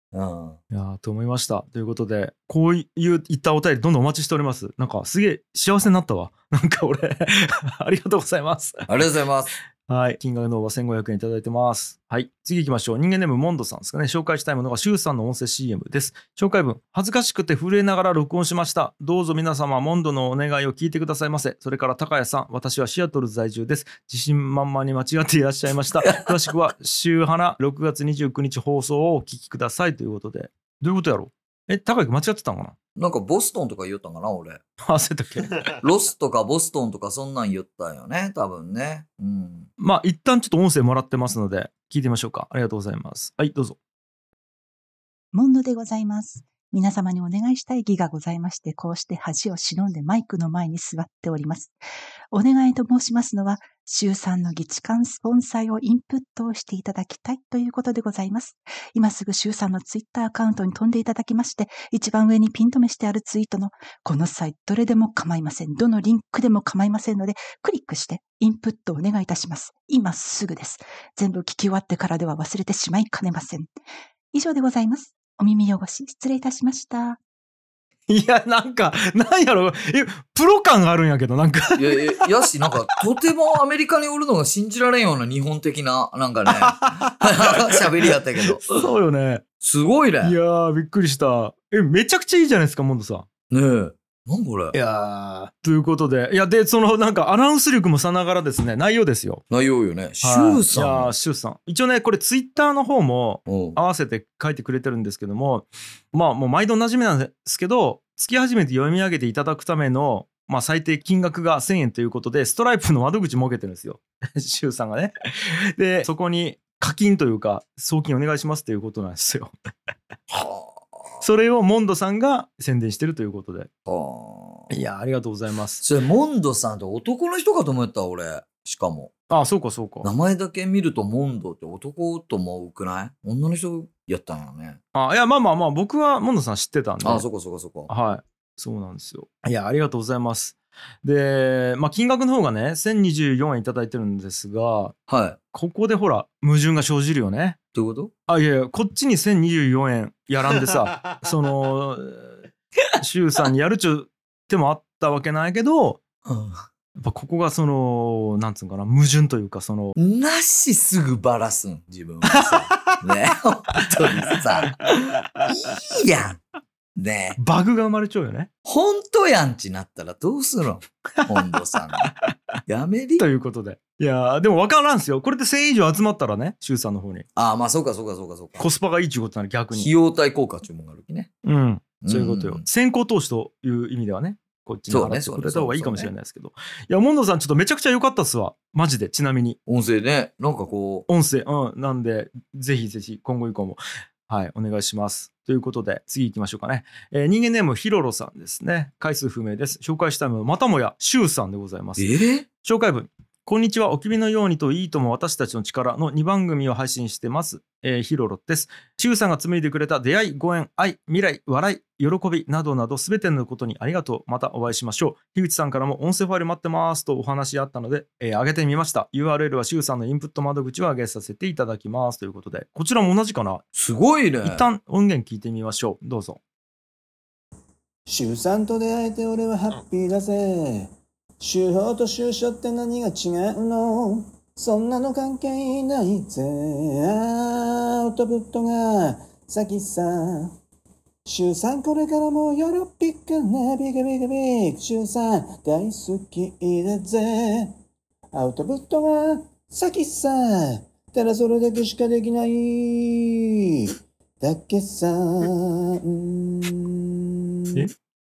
うん。 いやーと思いました。ということで、こういういったお便りどんどんお待ちしております。なんかすげえ幸せになったわ。なんか俺ありがとうございます。 ありがとうございます。 はい。金額のオーバーせんごひゃくえんいただいてます。はい。次行きましょう。人間ネームモンドさんですかね。紹介したいものがシュウさんの音声 シーエム です。紹介文。恥ずかしくて震えながら録音しました。どうぞ皆様、モンドのお願いを聞いてくださいませ。それから高谷さん。私はシアトル在住です。自信満々に間違っていらっしゃいました。詳しくは、週花ろくがつにじゅうくにち放送をお聞きくださいということで。どういうことやろう。え、高谷君間違ってたんかな。 なんかボストンとか言ったんかな俺。 あ、そうやったっけ。 ロスとかボストンとかそんなん言ったよね多分ね。うん。 まあ一旦ちょっと音声もらってますので聞いてみましょうか。ありがとうございます。はいどうぞ。 モンドでございます。皆様にお願いしたい儀がございまして、こうして恥を忍んでマイクの前に座っております。お願いと申しますのは、週さんの議事館スポンサーをインプットをしていただきたいということでございます。今すぐ週さんのツイッターアカウントに飛んでいただきまして、一番上にピン止めしてあるツイートの、この際どれでも構いません。どのリンクでも構いませんので、クリックしてインプットをお願いいたします。今すぐです。全部聞き終わってからでは忘れてしまいかねません。以上でございます。お耳汚し失礼いたしました。 いやなんかなんやろえプロ感があるんやけどなんかいやいややしなんかとてもアメリカにおるのが信じられんような日本的ななんかね喋りやったけどそうよねすごいね。 いやーびっくりした。えめちゃくちゃいいじゃないですかモンドさん。ねえなんこれ。 いやということでいやでそのなんかアナウンス力もさながらですね内容ですよ。 内容よね。シュウさん。 いやシュウさん一応ねこれツイッターの方も合わせて書いてくれてるんですけどもまあもう毎度おなじみなんですけど月初めて読み上げていただくためのまあ最低金額がせんえんということでストライプの窓口設けてるんですよシュウさんがね。でそこに課金というか送金お願いしますということなんですよ。はあそれをモンドさんが宣伝してるということで。いやありがとうございます。 それモンドさんって男の人かと思った俺。しかもああそうかそうか。 名前だけ見るとモンドって男と思うくない？女の人やったんやね。 あいやまあまあまあ僕はモンドさん知ってたんで。 あそうかそうかそうか。 はいそうなんですよ。いやありがとうございます。でまあ金額の方がねせんにじゅうよんえんいただいてるんですが、 はい、 ここでほら矛盾が生じるよね。 どういうこと？ あいやいやこっちにせんにじゅうよんえんやらんでさそのシュウさんにやるちゅう手もあったわけないけど、うん、やっぱここがそのなんつうんかな矛盾というかそのなしすぐバラすん自分はさね本当にさいいやんねえバグが生まれちゃうよね。 本当やんちなったらどうするの本土さんやめりということでいやでも分からんすよこれでせんえん以上集まったらねシュウさんの方にああまあそうかそうかそうかそうかコスパがいいっちゅうことなら逆に費用対効果注文があるきねうんそういうことよ、うん、先行投資という意味ではねこっちに払ってくれた方がいいかもしれないですけど、ね、いやモンドさんちょっとめちゃくちゃ良かったっすわマジで。ちなみに音声ねなんかこう音声うんなんでぜひぜひ今後以降もはいお願いしますということで次行きましょうかね、えー、人間ネームヒロロさんですね。回数不明です。紹介したいものまたもやシュウさんでございます。 えー、 紹介文こんにちはお君のようにといいとも私たちの力のにばん組を配信してます、えー、ヒロロです。シュウさんが紡いでくれた出会いご縁愛未来笑い喜びなどなどすべてのことにありがとう。またお会いしましょう。樋口さんからも音声ファイル待ってますとお話あったので、えー、上げてみました。 ユーアールエル はシュウさんのインプット窓口を上げさせていただきますということでこちらも同じかな。 すごいね。 一旦音源聞いてみましょう。どうぞ。 シュウさんと出会えて俺はハッピーだぜ。就法と就所って何が違うの？そんなの関係ないぜ。アウトプットが先さ。シュウさんこれからもよろぴくね。ビクビクビクシュウさん大好きだぜ。アウトプットが先さ。ただそれだけしかできないだけさ。うーんえ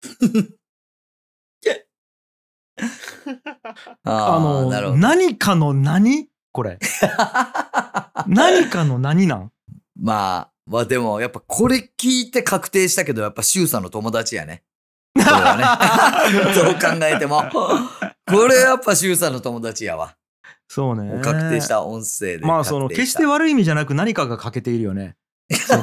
ああの何かの何これ何かの何なんまあまあでもやっぱこれ聞いて確定したけどやっぱシュウさんの友達やねこれはねどう考えてもこれやっぱシュウさんの友達やわ。 そうね確定した音声で。 まあその決して悪い意味じゃなく何かが欠けているよねその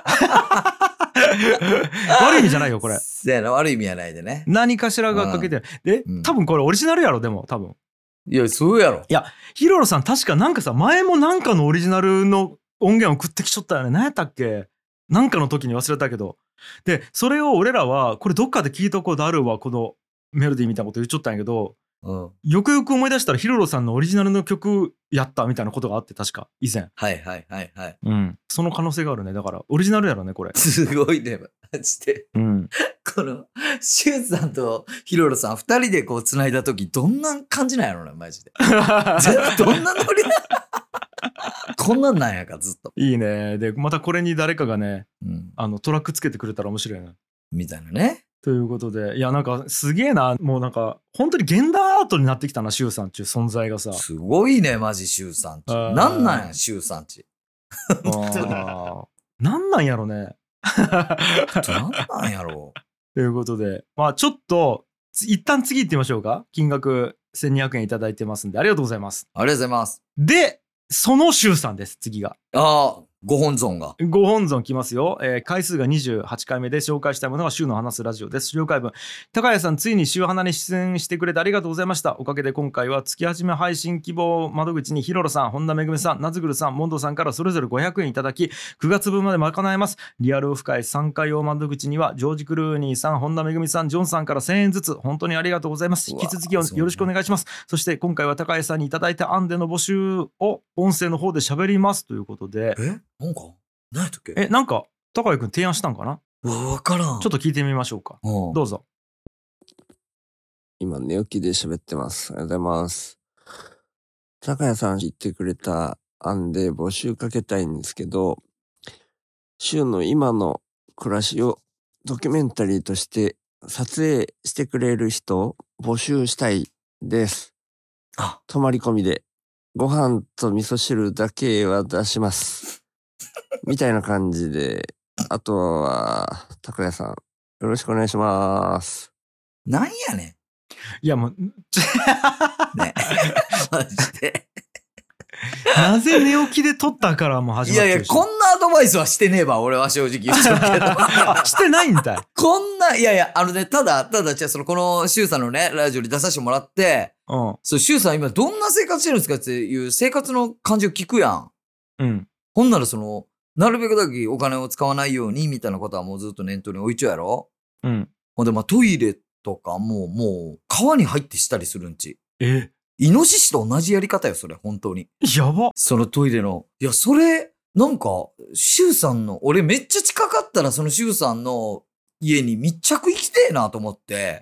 悪い意味じゃないよこれ。 悪い意味はないでね。 何かしらが欠けてる、うん、で、うん、多分これオリジナルやろでも多分。 いやそうやろ。 いやヒロロさん確かなんかさ前もなんかのオリジナルの音源を送ってきちゃったよね。何やったっけなんかの時に忘れたけど。で、それを俺らは、これどっかで聞いたことあるわ、このメロディーみたいなこと言っちゃったんやけど、うん、よくよく思い出したらヒロロさんのオリジナルの曲やったみたいなことがあって、確か以前。 はいはいはいはい。 うん。その可能性があるね。だからオリジナルやろね、これ。 すごいね、マジで。うん。このシュウさんとヒロロさん二人でこう繋いだ時どんな感じなんやろな、マジで。どんなノリこんなんなんやか、ずっと。 いいね。で、またこれに誰かがね、うん、あのトラックつけてくれたら面白いな。 みたいなね。 ということで、いや、なんかすげえな。もうなんか本当に現代アートになってきたな、シュウさんっていう存在がさ。 すごいね、マジシュウさんち。なんなんや、シュウさんち。 なんなんやろね。 なんなんやろ。 ということで、まあちょっと一旦次行ってみましょうか。金額せんにひゃくえんいただいてますんで、ありがとうございます。 ありがとうございます。 で、そのシュウさんです、次が。 ああ。ご本尊が。 ご本尊きますよ。えー、回数がにじゅうはちかいめで紹介したいものが週の話すラジオです。了解文。高谷さん、ついに週花に出演してくれてありがとうございました。おかげで今回は月始め配信希望窓口にヒロロさん、本田めぐみさん、なずぐるさん、モンドさんからそれぞれごひゃくえんいただき、くがつぶんまで賄えます。リアルオフ会さんかい用窓口には、ジョージ・クルーニーさん、本田めぐみさん、ジョンさんからせんえんずつ、本当にありがとうございます。引き続きよろしくお願いします。そして今回は高谷さんにいただいた案での募集を音声の方で喋りますということで。 えなんか何やったっけ？ え、なんか高谷くん提案したんかな？ わからん。 ちょっと聞いてみましょうか。うどうぞ。 今寝起きで喋ってます。ありがとうございます。高谷さん言ってくれた案で募集かけたいんですけど、週の今の暮らしをドキュメンタリーとして撮影してくれる人を募集したいです。 あ、 泊まり込みでご飯と味噌汁だけは出します。みたいな感じで、あとは、高谷さん、よろしくお願いします。 なんやねん。いやもう、 ね、マジで。 なぜ寝起きで撮ったからもう始まってるし。 いやいや、こんなアドバイスはしてねえば、俺は正直言っちゃうけど。 してないんだよ。 こんな、いやいや、あのね、ただ、ただ、じゃあ、その、この、シュウさんのね、ラジオに出させてもらって、うん。そう、シュウさん今どんな生活してるんですかっていう生活の感じを聞くやん。 うん。 ほんならその、なるべくだけお金を使わないようにみたいなことはもうずっと念頭に置いちゃうやろ。 うん。 ほんで、まあトイレとかももう川に入ってしたりするんち。 え？ イノシシと同じやり方よ、それ、本当に。 やば。 そのトイレの。いや、それ、なんか、シュウさんの、俺めっちゃ近かったらそのシュウさんの家に密着行きてえなと思って、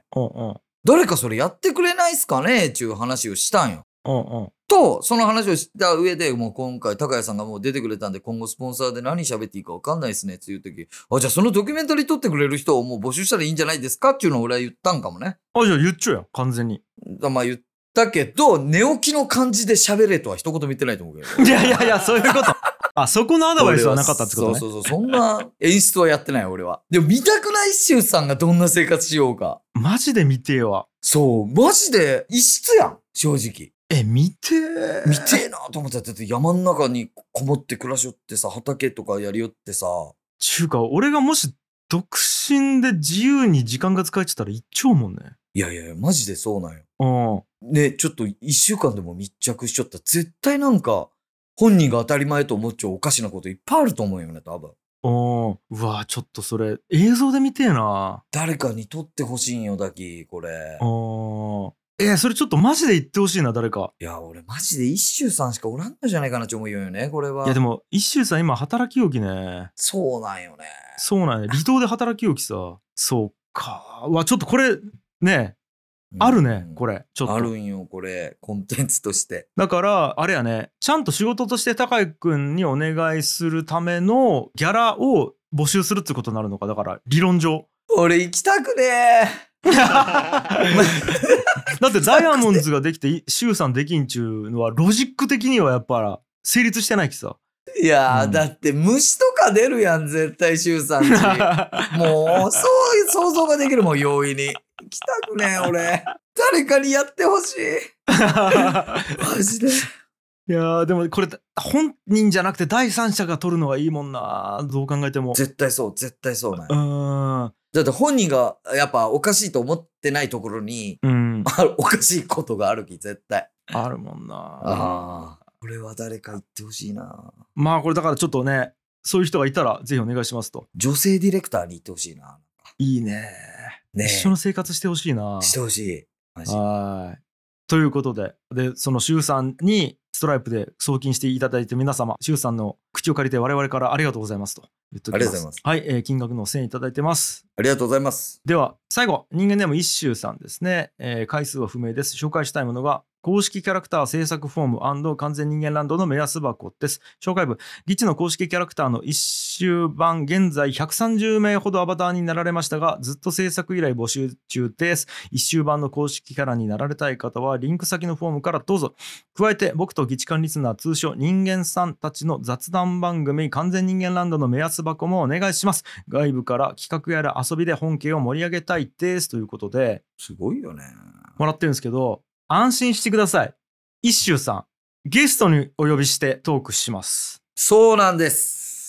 うんうん。 誰かそれやってくれないっすかねっていう話をしたんよ。 うんうん。 と、その話をした上で、もう今回、高谷さんがもう出てくれたんで、今後スポンサーで何喋っていいか分かんないですねっていう時、あ、じゃあそのドキュメンタリー撮ってくれる人をもう募集したらいいんじゃないですかっていうのを俺は言ったんかもね。 あ、じゃあ言っちゃうよ、完全に。 まあ言ったけど、寝起きの感じで喋れとは一言も言ってないと思うけど。 いやいやいや、そういうこと。あ、そこのアドバイスはなかったってことね。 そうそうそう、そんな演出はやってない俺は。でも見たくないシュウさんがどんな生活しようか。 マジで見てえわ。 そう、マジで異質やん、正直。 え、見てー。 見てえなと思ってだって山の中にこもって暮らしよってさ、畑とかやりよってさ。 ちゅうか、俺がもし独身で自由に時間が使えてたら一丁もんね。 いやいやいや、マジでそうなんよ。 うん。 ね、ちょっと一週間でも密着しちゃったら絶対なんか、本人が当たり前と思っちゃうおかしなこといっぱいあると思うよね、多分。 おー、うわ、ちょっとそれ、映像で見てえな。 誰かに撮ってほしいんよ、だき、これ。 おー。えー、それちょっとマジで言ってほしいな、誰か。 いや、俺マジで一周さんしかおらんのじゃないかなって思うよね、これは。 いや、でも、一周さん今働き置きね。 そうなんよね。 そうなんや。離島で働き置きさ。そうか。うわ、ちょっとこれ、ね、あるね、これ。ちょっと。 あるんよ、これ。コンテンツとして。 だから、あれやね、ちゃんと仕事として高井くんにお願いするためのギャラを募集するってことになるのか。だから、理論上。 俺行きたくねー。 だってダイヤモンドができてシュウさんできんちゅうのはロジック的にはやっぱ成立してないきさ。 いやー、うん、だって虫とか出るやん絶対シュウさんち。もうそういう想像ができるもん容易に。行きたくねえ俺。誰かにやってほしい。マジで。 いやーでもこれ本人じゃなくて第三者が撮るのはいいもんな。どう考えても。 絶対そう絶対そうなんや。 うん。 だって本人がやっぱおかしいと思ってないところに、うん、おかしいことがあるき絶対あるもんな。 ああ、これは誰か言ってほしいな。 まあこれだからちょっとねそういう人がいたらぜひお願いしますと。 女性ディレクターに行ってほしいな。 いいね。ね、一緒の生活してほしいな。 してほしい。マジ。 はい。ということで、で、そのシュウさんにストライプで送金していただいて、皆様、シュウさんの口を借りて我々からありがとうございますと言っておきます。 ありがとうございます。 はい、えー、金額のせんいただいてます。 ありがとうございます。 では、最後、人間ネーム一周さんですね。えー、回数は不明です。紹介したいものが、公式キャラクター制作フォーム&完全人間ランドの目安箱です。紹介文、ギチの公式キャラクターの一周版、現在ひゃくさんじゅうめいほどアバターになられましたが、ずっと制作以来募集中です。一周版の公式キャラになられたい方は、リンク先のフォームからどうぞ。加えて、僕とギチカンリスナー通称人間さんたちの雑談番組、完全人間ランドの目安箱もお願いします。外部から企画やら遊びで本家を盛り上げたいです。ということで、 すごいよね。 もらってるんですけど、安心してください。一周さん、ゲストにお呼びしてトークします。 そうなんです。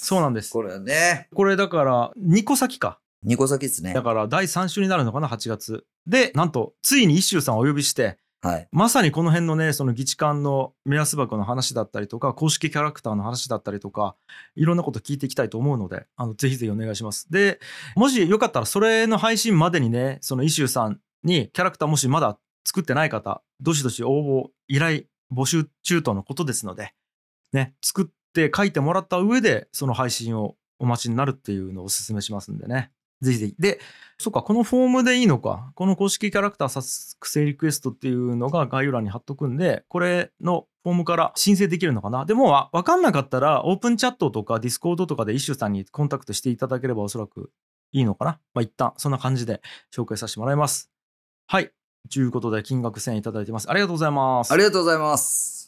そうなんです。 これね。 これだからにこ先か。 にこ先ですね。 だからだいさん週になるのかな、はちがつ。で、なんと、ついに一周さんをお呼びして、 はい、 まさにこの辺のね、その議事館の目安箱の話だったりとか、公式キャラクターの話だったりとか、いろんなこと聞いていきたいと思うので、あのぜひぜひお願いします。で、もしよかったらそれの配信までにね、その一周さんにキャラクターもしまだ作ってない方、どしどし応募依頼募集中とのことですので、ね、作って書いてもらった上でその配信をお待ちになるっていうのをお勧めしますんでね、ぜひぜひ。で、そっか、このフォームでいいのか、この公式キャラクター作成リクエストっていうのが概要欄に貼っとくんで、これのフォームから申請できるのかな。でも分かんなかったらオープンチャットとかディスコードとかでイシューさんにコンタクトしていただければおそらくいいのかな。まあ一旦そんな感じで紹介させてもらいます。はい。ということで金額せんいただいてます。ありがとうございます。 ありがとうございます。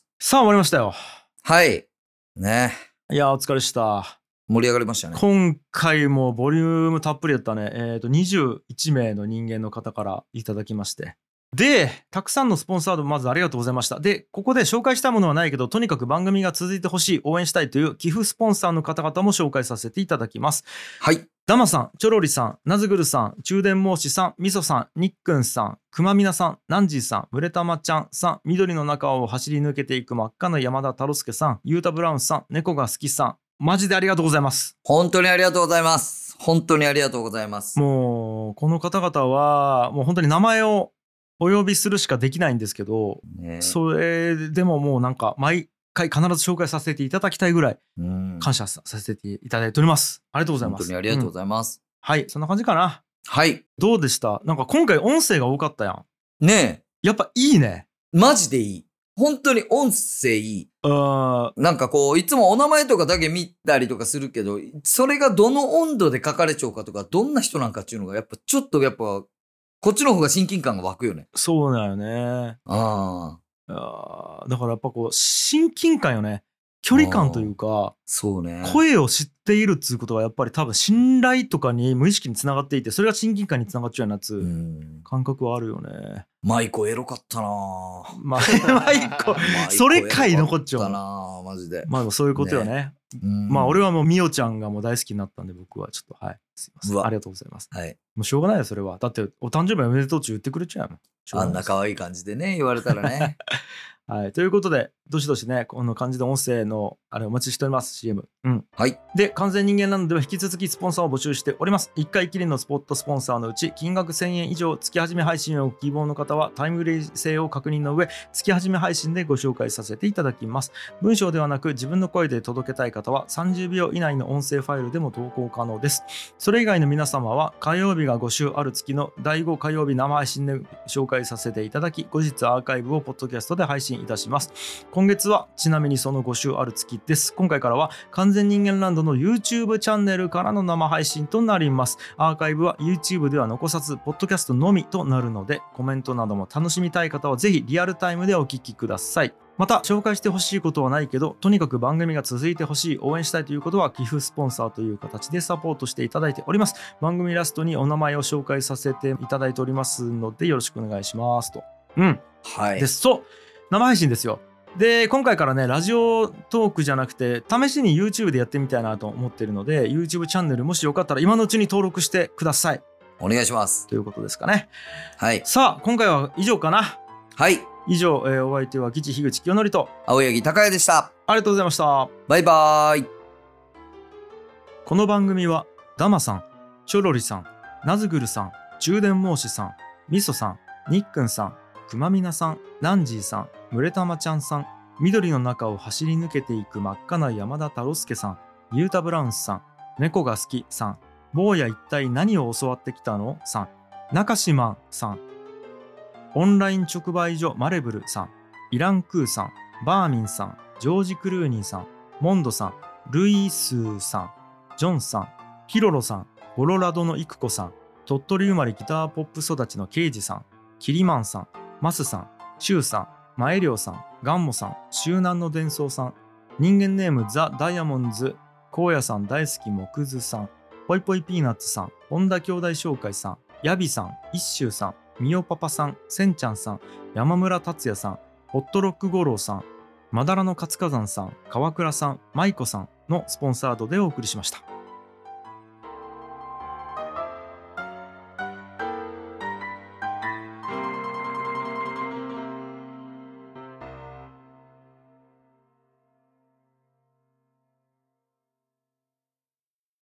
さあ終わりましたよ。 はい。ね。 いやお疲れした。 盛り上がりましたね。 今回もボリュームたっぷりだったね。えっとにじゅういちめいの人間の方からいただきまして。で、たくさんのスポンサードまずありがとうございました。で、ここで紹介したものはないけど、とにかく番組が続いてほしい、応援したいという寄付スポンサーの方々も紹介させていただきます。 はい。 ダマさん、チョロリさん、ナズグルさん、中電申しさん、ミソさん、ニックンさん、くまみなさん、ナンジーさん、ムレタマちゃんさん、緑の中を走り抜けていく真っ赤な山田太郎介さん、ユータブラウンさん、猫が好きさん、マジでありがとうございます。 本当にありがとうございます。本当にありがとうございます。 もう、この方々は、もう本当に名前をお呼びするしかできないんですけど、ね、それでももうなんか毎回必ず紹介させていただきたいぐらい感謝させていただいております。ありがとうございます。 本当にありがとうございます。 うん、はい、そんな感じかな。 はい。 どうでした？なんか今回音声が多かったやん。 ねえ。やっぱいいね。 マジでいい。本当に音声いい。あなんかこう、いつもお名前とかだけ見たりとかするけど、それがどの温度で書かれちゃうかとか、どんな人なんかっていうのが、やっぱちょっとやっぱ、こっちの方が親近感が湧くよね。 そうだよね。ああ。だからやっぱこう、親近感よね。距離感というか、 そうね。 声を知っているっていうことはやっぱり多分信頼とかに無意識につながっていて、それが親近感につながっちゃうやつ、うん、感覚はあるよね。 マイコエロかったなマイコ、それ回残っちゃうなマジで。 まあそういうことよね。ねまあ俺はもうミオちゃんがもう大好きになったんで、僕はちょっとはい。すいません。ありがとうございます。はい。もうしょうがないよ、それは。だってお誕生日おめでとうって言ってくれちゃうもん。 あんな可愛い感じでね、言われたらね。 はい、ということでどしどしねこの感じで音声のあれお待ちしております。 シーエム、うん、 はい。 で完全人間ランドでは引き続きスポンサーを募集しております。いっかいきりのスポットスポンサーのうち金額せんえん以上月始め配信をご希望の方はタイムリー性を確認の上月始め配信でご紹介させていただきます。文章ではなく自分の声で届けたい方はさんじゅうびょう以内の音声ファイルでも投稿可能です。それ以外の皆様は火曜日がご週ある月のだいご火曜日生配信で紹介させていただき、後日アーカイブをポッドキャストで配信いたします。今月はちなみにそのご週ある月です。今回からは完全人間ランドの YouTube チャンネルからの生配信となります。アーカイブは YouTube では残さずポッドキャストのみとなるので、コメントなども楽しみたい方はぜひリアルタイムでお聞きください。また紹介してほしいことはないけどとにかく番組が続いてほしい、応援したいということは寄付スポンサーという形でサポートしていただいております。番組ラストにお名前を紹介させていただいておりますのでよろしくお願いしますと。うんはい。 でそう生配信ですよ。で今回からねラジオトークじゃなくて試しに YouTube でやってみたいなと思っているので YouTube チャンネルもしよかったら今のうちに登録してください。 お願いしますということですかね。 はい。 さあ今回は以上かな。 はい。 以上、えー、お相手は吉樋口清則と青柳高也でした。 ありがとうございました。 バイバーイ。 この番組はダマさん、チョロリさん、ナズグルさん、充電申しさん、ミソさん、ニックンさん、くまみなさん、ナンジーさん、ムレタマちゃんさん、緑の中を走り抜けていく真っ赤な山田太郎介さん、ユータ・ブラウンスさん、猫が好きさん、坊や一体何を教わってきたのさん、中島さん、オンライン直売所マレブルさん、イランクーさん、バーミンさん、ジョージ・クルーニーさん、モンドさん、ルイスーさん、ジョンさん、ヒロロさん、コロラドのイクコさん、鳥取生まれギターポップ育ちのケイジさん、キリマンさん、マスさん、シュウさん、マエリョウさん、ガンモさん、周南の伝送さん、人間ネームザ・ダイヤモンズ、荒野さん大好き木図さん、ポイポイピーナッツさん、本田兄弟紹介さん、ヤビさん、一周さん、ミオパパさん、センちゃんさん、山村達也さん、ホットロック五郎さん、まだらの活火山さん、川倉さん、マイコさんのスポンサードでお送りしました。